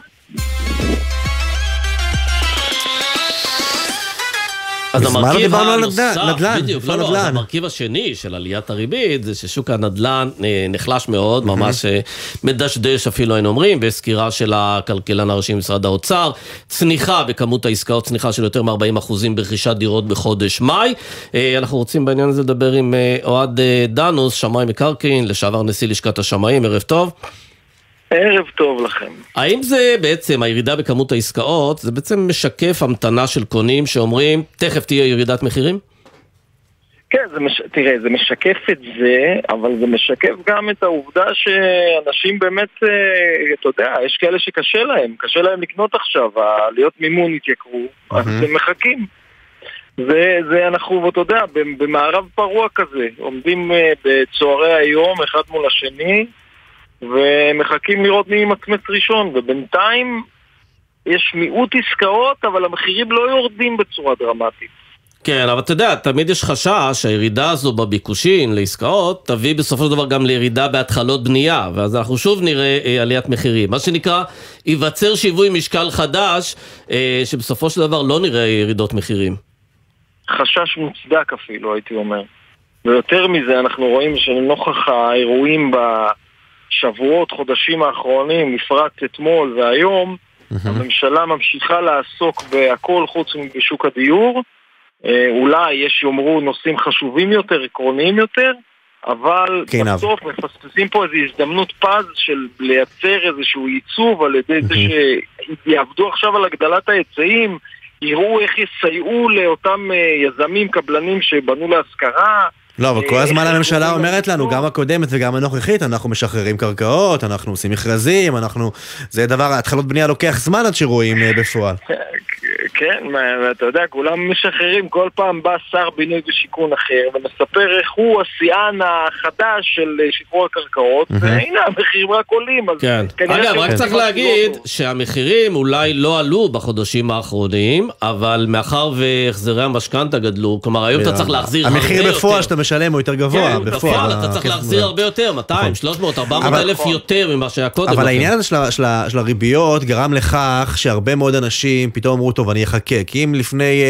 אז המרכיב הנוסף, בדיוק, לא, אז המרכיב השני של עליית הריבית זה ששוק הנדל"ן נחלש מאוד, ממש מדשדש אפילו היינו אומרים, בסקירה של הכלכלן הראשי משרד האוצר, צניחה בכמות העסקאות, צניחה של יותר מ-40% ברכישת דירות בחודש מאי. אנחנו רוצים בעניין הזה לדבר עם אוהד דנוס, שמאי מקרקעין, לשעבר נשיא לשכת השמאים, ערב טוב. ערב טוב לכם. האם זה בעצם, הירידה בכמות העסקאות, זה בעצם משקף המתנה של קונים שאומרים, תכף תהיה ירידת מחירים? כן, תראה, זה משקף את זה, אבל זה משקף גם את העובדה שאנשים באמת, אתה יודע, יש כאלה קשה להם לקנות עכשיו, העליות מימון התייקרו, אז הם מחכים. זה אנחנו, ואתה יודע, במערב פרוע כזה, עומדים בצוערי היום, אחד מול השני, ומחכים לראות מי ימצמץ ראשון, ובינתיים יש מיעוט עסקאות, אבל המחירים לא יורדים בצורה דרמטית. כן, אבל אתה יודע, תמיד יש חשש שהירידה הזו בביקושים לעסקאות תביא בסופו של דבר גם לירידה בהתחלות בנייה, ואז אנחנו שוב נראה עליית מחירים. מה שנקרא, ייווצר שיווי משקל חדש, שבסופו של דבר לא נראה ירידות מחירים. חשש מוצדק אפילו, הייתי אומר. ויותר מזה, אנחנו רואים שנוכח האירועים שבועות, חודשים האחרונים, בפרט אתמול והיום, הממשלה ממשיכה לעסוק בהכל חוץ מבשוק הדיור. אולי יש יאמרו נושאים חשובים יותר, עקרוניים יותר, אבל בסוף מפספסים פה איזו הזדמנות פז של לייצר איזשהו ייצוב על ידי זה שיעבדו עכשיו על הגדלת ההיצעים, יראו איך יסייעו לאותם יזמים, קבלנים שבנו להשכרה. לא, אבל כל הזמן הממשלה אומרת לנו, גם הקודמת וגם הנוכחית, אנחנו משחררים קרקעות, אנחנו עושים מכרזים, זה דבר, התחלות בנייה לוקח זמן עד שרואים בפועל. כן, ואתה יודע, כולם משחררים, כל פעם בא שר בינוי ושיכון אחר, ומספר איך הוא השיאן החדש של שחרור הקרקעות, והנה, המחירים רק עולים. כן, אגב, רק צריך להגיד שהמחירים אולי לא עלו בחודשים האחרונים, אבל מאחר והחזרי המשכנתא גדלו, כלומר, היום אתה צריך להחזיר הרבה יותר. המחיר בפועל שאתה משלם הוא יותר גבוה. כן, בפועל, אתה צריך להחזיר הרבה יותר, 200, 300, 400 אלף יותר ממה שהיה קודם. אבל העניין הזה של הריביות גרם לכך שהרבה מאוד אנשים פתאום אמרו, טוב, אני אחכה, כי אם לפני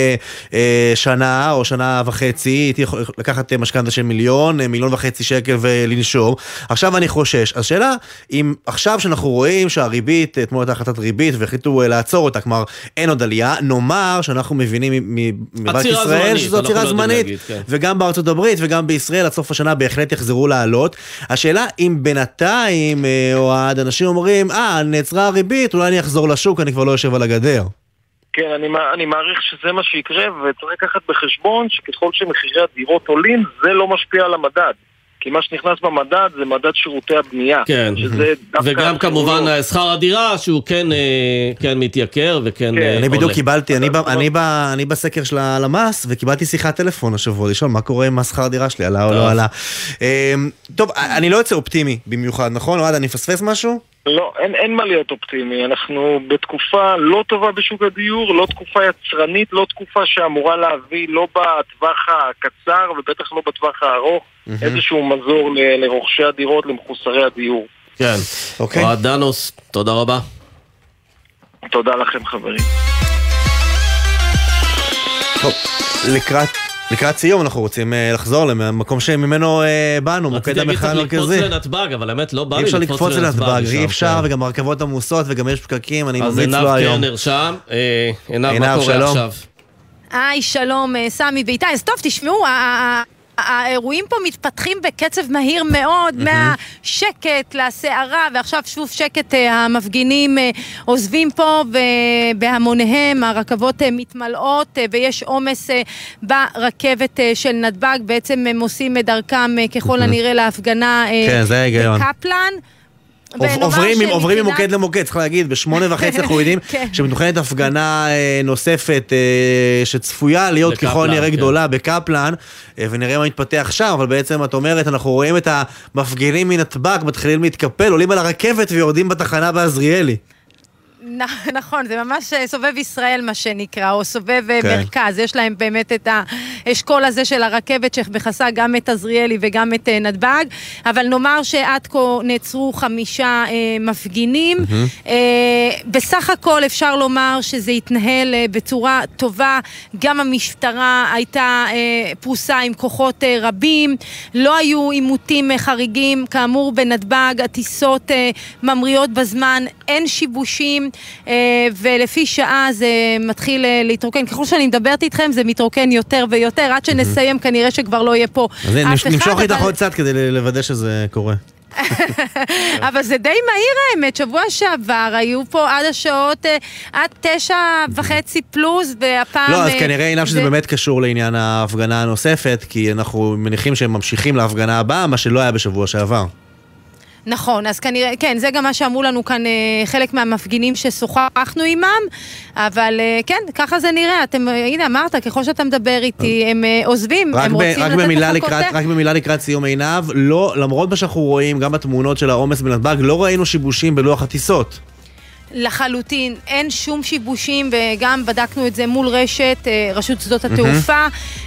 שנה או שנה וחצי הייתי לקחת משכנתא של 1.5 שקל ולנשום, עכשיו אני חושש. אז שאלה, אם עכשיו שאנחנו רואים שהריבית, אתמול הייתה החלטת ריבית והחליטו לעצור אותה, כלומר אין עוד עלייה, נאמר שאנחנו מבינים מבנק ישראל שזו עצירה זמנית, וגם בארצות הברית וגם בישראל עד סוף השנה בהחלט יחזרו לעלות. השאלה אם בינתיים או האנשים אומרים, נעצרה הריבית, אולי אני אחזור לשוק, אני כבר לא יושב על הגדר. כן, אני מעריך שזה מה שיקרה, וצריך לקחת בחשבון שככל שמחירי הדירות עולים, זה לא משפיע על המדד. כי מה שנכנס במדד זה מדד שירותי הבנייה. כן, וגם כמובן שכר הדירה שהוא כן מתייקר וכן... אני בדיוק קיבלתי, אני בסקר של הלמ"ס וקיבלתי שיחת טלפון השבוע לשאול מה קורה עם השכר הדירה שלי, עלה או לא עלה. טוב, אני לא יוצא אופטימי במיוחד, נכון? אוהד, אני אפספס משהו? לא, אין מה להיות אופטימי. אנחנו בתקופה לא טובה בשוק הדיור, לא תקופה יצרנית, לא תקופה שאמורה להביא לא בטווח הקצר ובטח לא בטווח הארוך איזשהו מזור לרוכשי הדירות, למחוסרי הדיור. כן, אוהד דנוס, תודה רבה. תודה לכם חברים. טוב, לקראת סיום אנחנו רוצים לחזור למקום שממנו באנו, מוקד המחאה המרכזי. רציתי לקפוץ לנתב"ג, אבל האמת לא בא לי לקפוץ לנתב"ג. אי אפשר לקפוץ לנתב"ג, אי אפשר, וגם הרכבות עמוסות וגם יש פקקים, אני ממליץ לו היום. אז עינב קרנר שם, עינב, מה קורה עכשיו? שלום, סמי ואיתי. אז טוב, תשמעו, האירועים פה מתפתחים בקצב מהיר מאוד, מהשקט לסערה, ועכשיו שוב שקט, המפגינים עוזבים פה בהמוניהם, הרכבות מתמלאות ויש עומס ברכבת של נתב"ג, בעצם הם עושים את דרכם ככל הנראה להפגנה בקפלן. עוברים ממוקד למוקד, צריך להגיד, ב8:30 אנחנו יודעים שמתוכננת הפגנה נוספת שצפויה להיות ככל נראה גדולה בקפלן, ונראה מה מתפתח שם, אבל בעצם את אומרת, אנחנו רואים את המפגינים מנתב"ג, מתחילים להתקפל, עולים על הרכבת ויורדים בתחנה בעזריאלי. נכון, זה ממש סובב ישראל מה שנקרא, או סובב מרכז, יש להם באמת את האשכול הזה של הרכבת שבחסה גם את עזריאלי וגם את נתב"ג, אבל נאמר שעד כה נעצרו 5 מפגינים, בסך הכל אפשר לומר שזה התנהל בצורה טובה, גם המשטרה הייתה פרוסה עם כוחות רבים, לא היו עימותים חריגים, כאמור בנתב"ג הטיסות ממריאות בזמן, אין שיבושים, ולפי שעה זה מתחיל להתרוקן, ככל שאני מדברת איתכם זה מתרוקן יותר ויותר, עד שנסיים כנראה שכבר לא יהיה פה אף אחד. נמשוך איתך עוד קצת כדי לוודא שזה קורה. אבל זה די מהיר האמת, שבוע שעבר היו פה עד השעות, עד 9:30 פלוס, והפעם... לא, אז כנראה עינב שזה באמת קשור לעניין ההפגנה הנוספת, כי אנחנו מניחים שהם ממשיכים להפגנה הבאה, מה שלא היה בשבוע שעבר. נכון, אז כנראה, כן, זה גם מה שאמרו לנו כאן חלק מהמפגינים ששוחחנו עימם, אבל כן, ככה זה נראה, הנה אמרת, ככל שאתה מדבר איתי, הם עוזבים, הם רוצים לתת לך כותך. רק במילה לקראת סיום עינב, לא, למרות מה שאנחנו רואים, גם בתמונות של העומס בנתב"ג, לא ראינו שיבושים בלוח הטיסות. לחלוטין, אין שום שיבושים, וגם בדקנו את זה מול רשות שדות התעופה.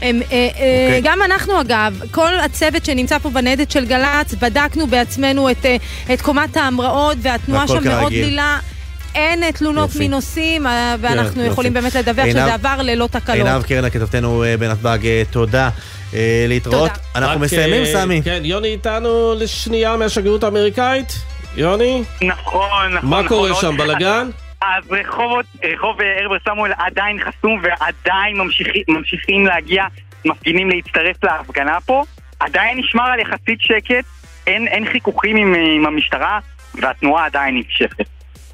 גם אנחנו אגב, כל הצוות שנמצא פה בניידת של גל"צ, בדקנו בעצמנו את קומת ההמראות, והתנועה שם מאוד דלילה. אין תלונות מנוסעים, ואנחנו יכולים באמת לדווח שזה עבר ללא תקלות. עינב קרנר, כתבתנו בנתב"ג, תודה. להתראות. אנחנו מסיימים, סמי. כן, יוני איתנו לשנייה מהשגרירות האמריקאית. יוני? נכון. מה קורה שם, בלגן? אז רחוב הרבר סמואל עדיין חסום ועדיין ממשיכים להגיע מפגינים להצטרף להפגנה פה. עדיין נשמר על יחסית שקט, אין חיכוכים עם המשטרה והתנועה עדיין נמשכת.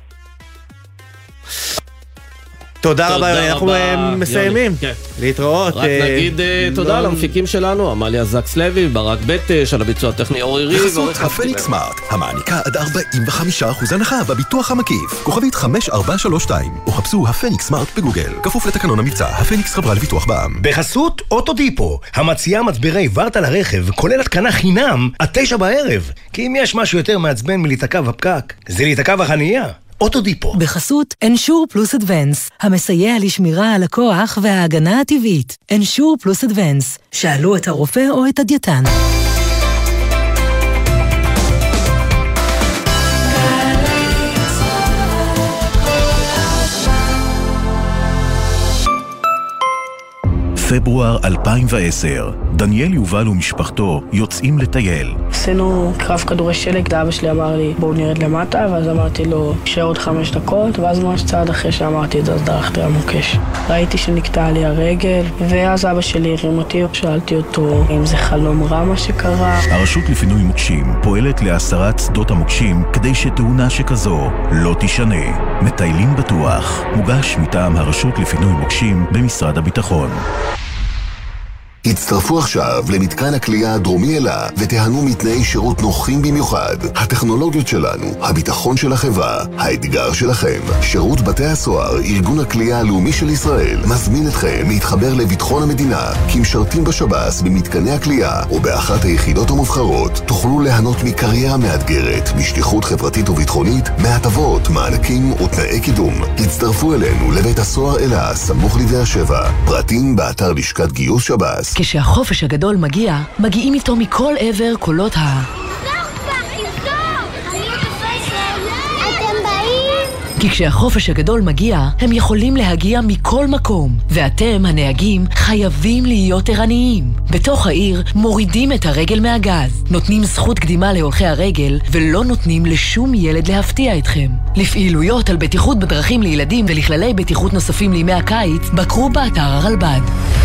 תודה רבה, אנחנו מסיימים. להתראות. רק נגיד תודה למפיקים שלנו, עמליה זקס לוי, ברק בטש, על הביצוע הטכני אורי ריב. בחסות הפניקס סמארט, המעניקה עד 45% הנחה בביטוח המקיף. כוכבית 5432, או חפשו הפניקס סמארט בגוגל. כפוף לתקנון המבצע, הפניקס חברה לביטוח בע"מ. בחסות אוטודיפו, המציעה מצברי ורטה לרכב, כולל התקנה חינם עד 9 בערב. כי אם יש משהו יותר מעצבן מלהיתקע בפקק, זה להיתקע בחנייה. אוטודיפו. בחסות אנשור פלוס אדוונס, המסייע לשמירה על הכוח וההגנה הטבעית. אנשור פלוס אדוונס, שאלו את הרופא או את הדיאטן. פברואר 2010, דניאל יובל ומשפחתו יוצאים לטייל. עשינו קרב כדורי שלג, אבא שלי אמר לי בואו נרד למטה, ואז אמרתי לו נשאר עוד 5 דקות, ואז ממש צעד אחרי שאמרתי את זה אז דרכתי על מוקש. ראיתי שנקטעה לי הרגל, ואז אבא שלי הרים אותי, שאלתי אותו אם זה חלום רע מה שקרה. הרשות לפינוי מוקשים פועלת להסרת שדות המוקשים כדי שתאונה שכזו לא תשנה. מטיילים בטוח, מוגש מטעם הרשות לפינוי מוקשים במשרד הביטחון. הצטרפו עכשיו למתקן הכלייה הדרומי אלה ותיהנו מתנאי שירות נוחים במיוחד. הטכנולוגיות שלנו, הביטחון של החברה, האתגר שלכם. שירות בתי הסוהר, ארגון הכלייה הלאומי של ישראל, מזמין אתכם להתחבר לביטחון המדינה. כמשרתים בשב"ס במתקני הכלייה או באחת היחידות המובחרות, תוכלו ליהנות מקריירה מאתגרת, משליחות חברתית וביטחונית, מהטבות, מענקים ותנאי קידום. הצטרפו אלינו לבית הסוהר אלה, סמוך לבאר שבע. פרטים באתר לשכת גיוס שב"ס. כשהחופש הגדול מגיע, מגיעים איתו מכל עבר קולות כי כשהחופש הגדול מגיע, הם יכולים להגיע מכל מקום, ואתם, הנהגים, חייבים להיות ערניים. בתוך העיר מורידים את הרגל מהגז, נותנים זכות קדימה להולכי הרגל, ולא נותנים לשום ילד להפתיע אתכם. לפעילויות על בטיחות בדרכים לילדים ולכללי בטיחות נוספים לימי הקיץ, בקרו באתר הרלב"ד.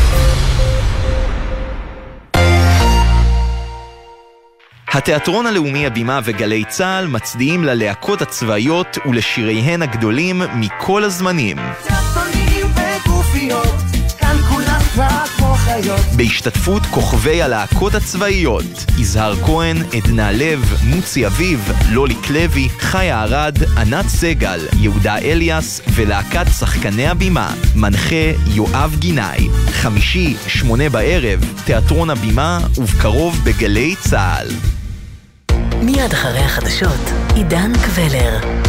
התיאטרון הלאומי הבימה וגלי צהל מצדיעים ללהקות הצבאיות ולשיריהן הגדולים מכל הזמנים. צפונים וגופיות, כאן כולם כבר כמו חיות. בהשתתפות כוכבי הלהקות הצבאיות, יזהר כהן, עדנה לב, מוצי אביב, לולי קלוי, חיה ארד, ענת סגל, יהודה אליאס ולהקת שחקני הבימה. מנחה יואב גינאי. חמישי, 8 בערב, תיאטרון הבימה ובקרוב בגלי צהל. מיד אחרי החדשות, עידן קבלר.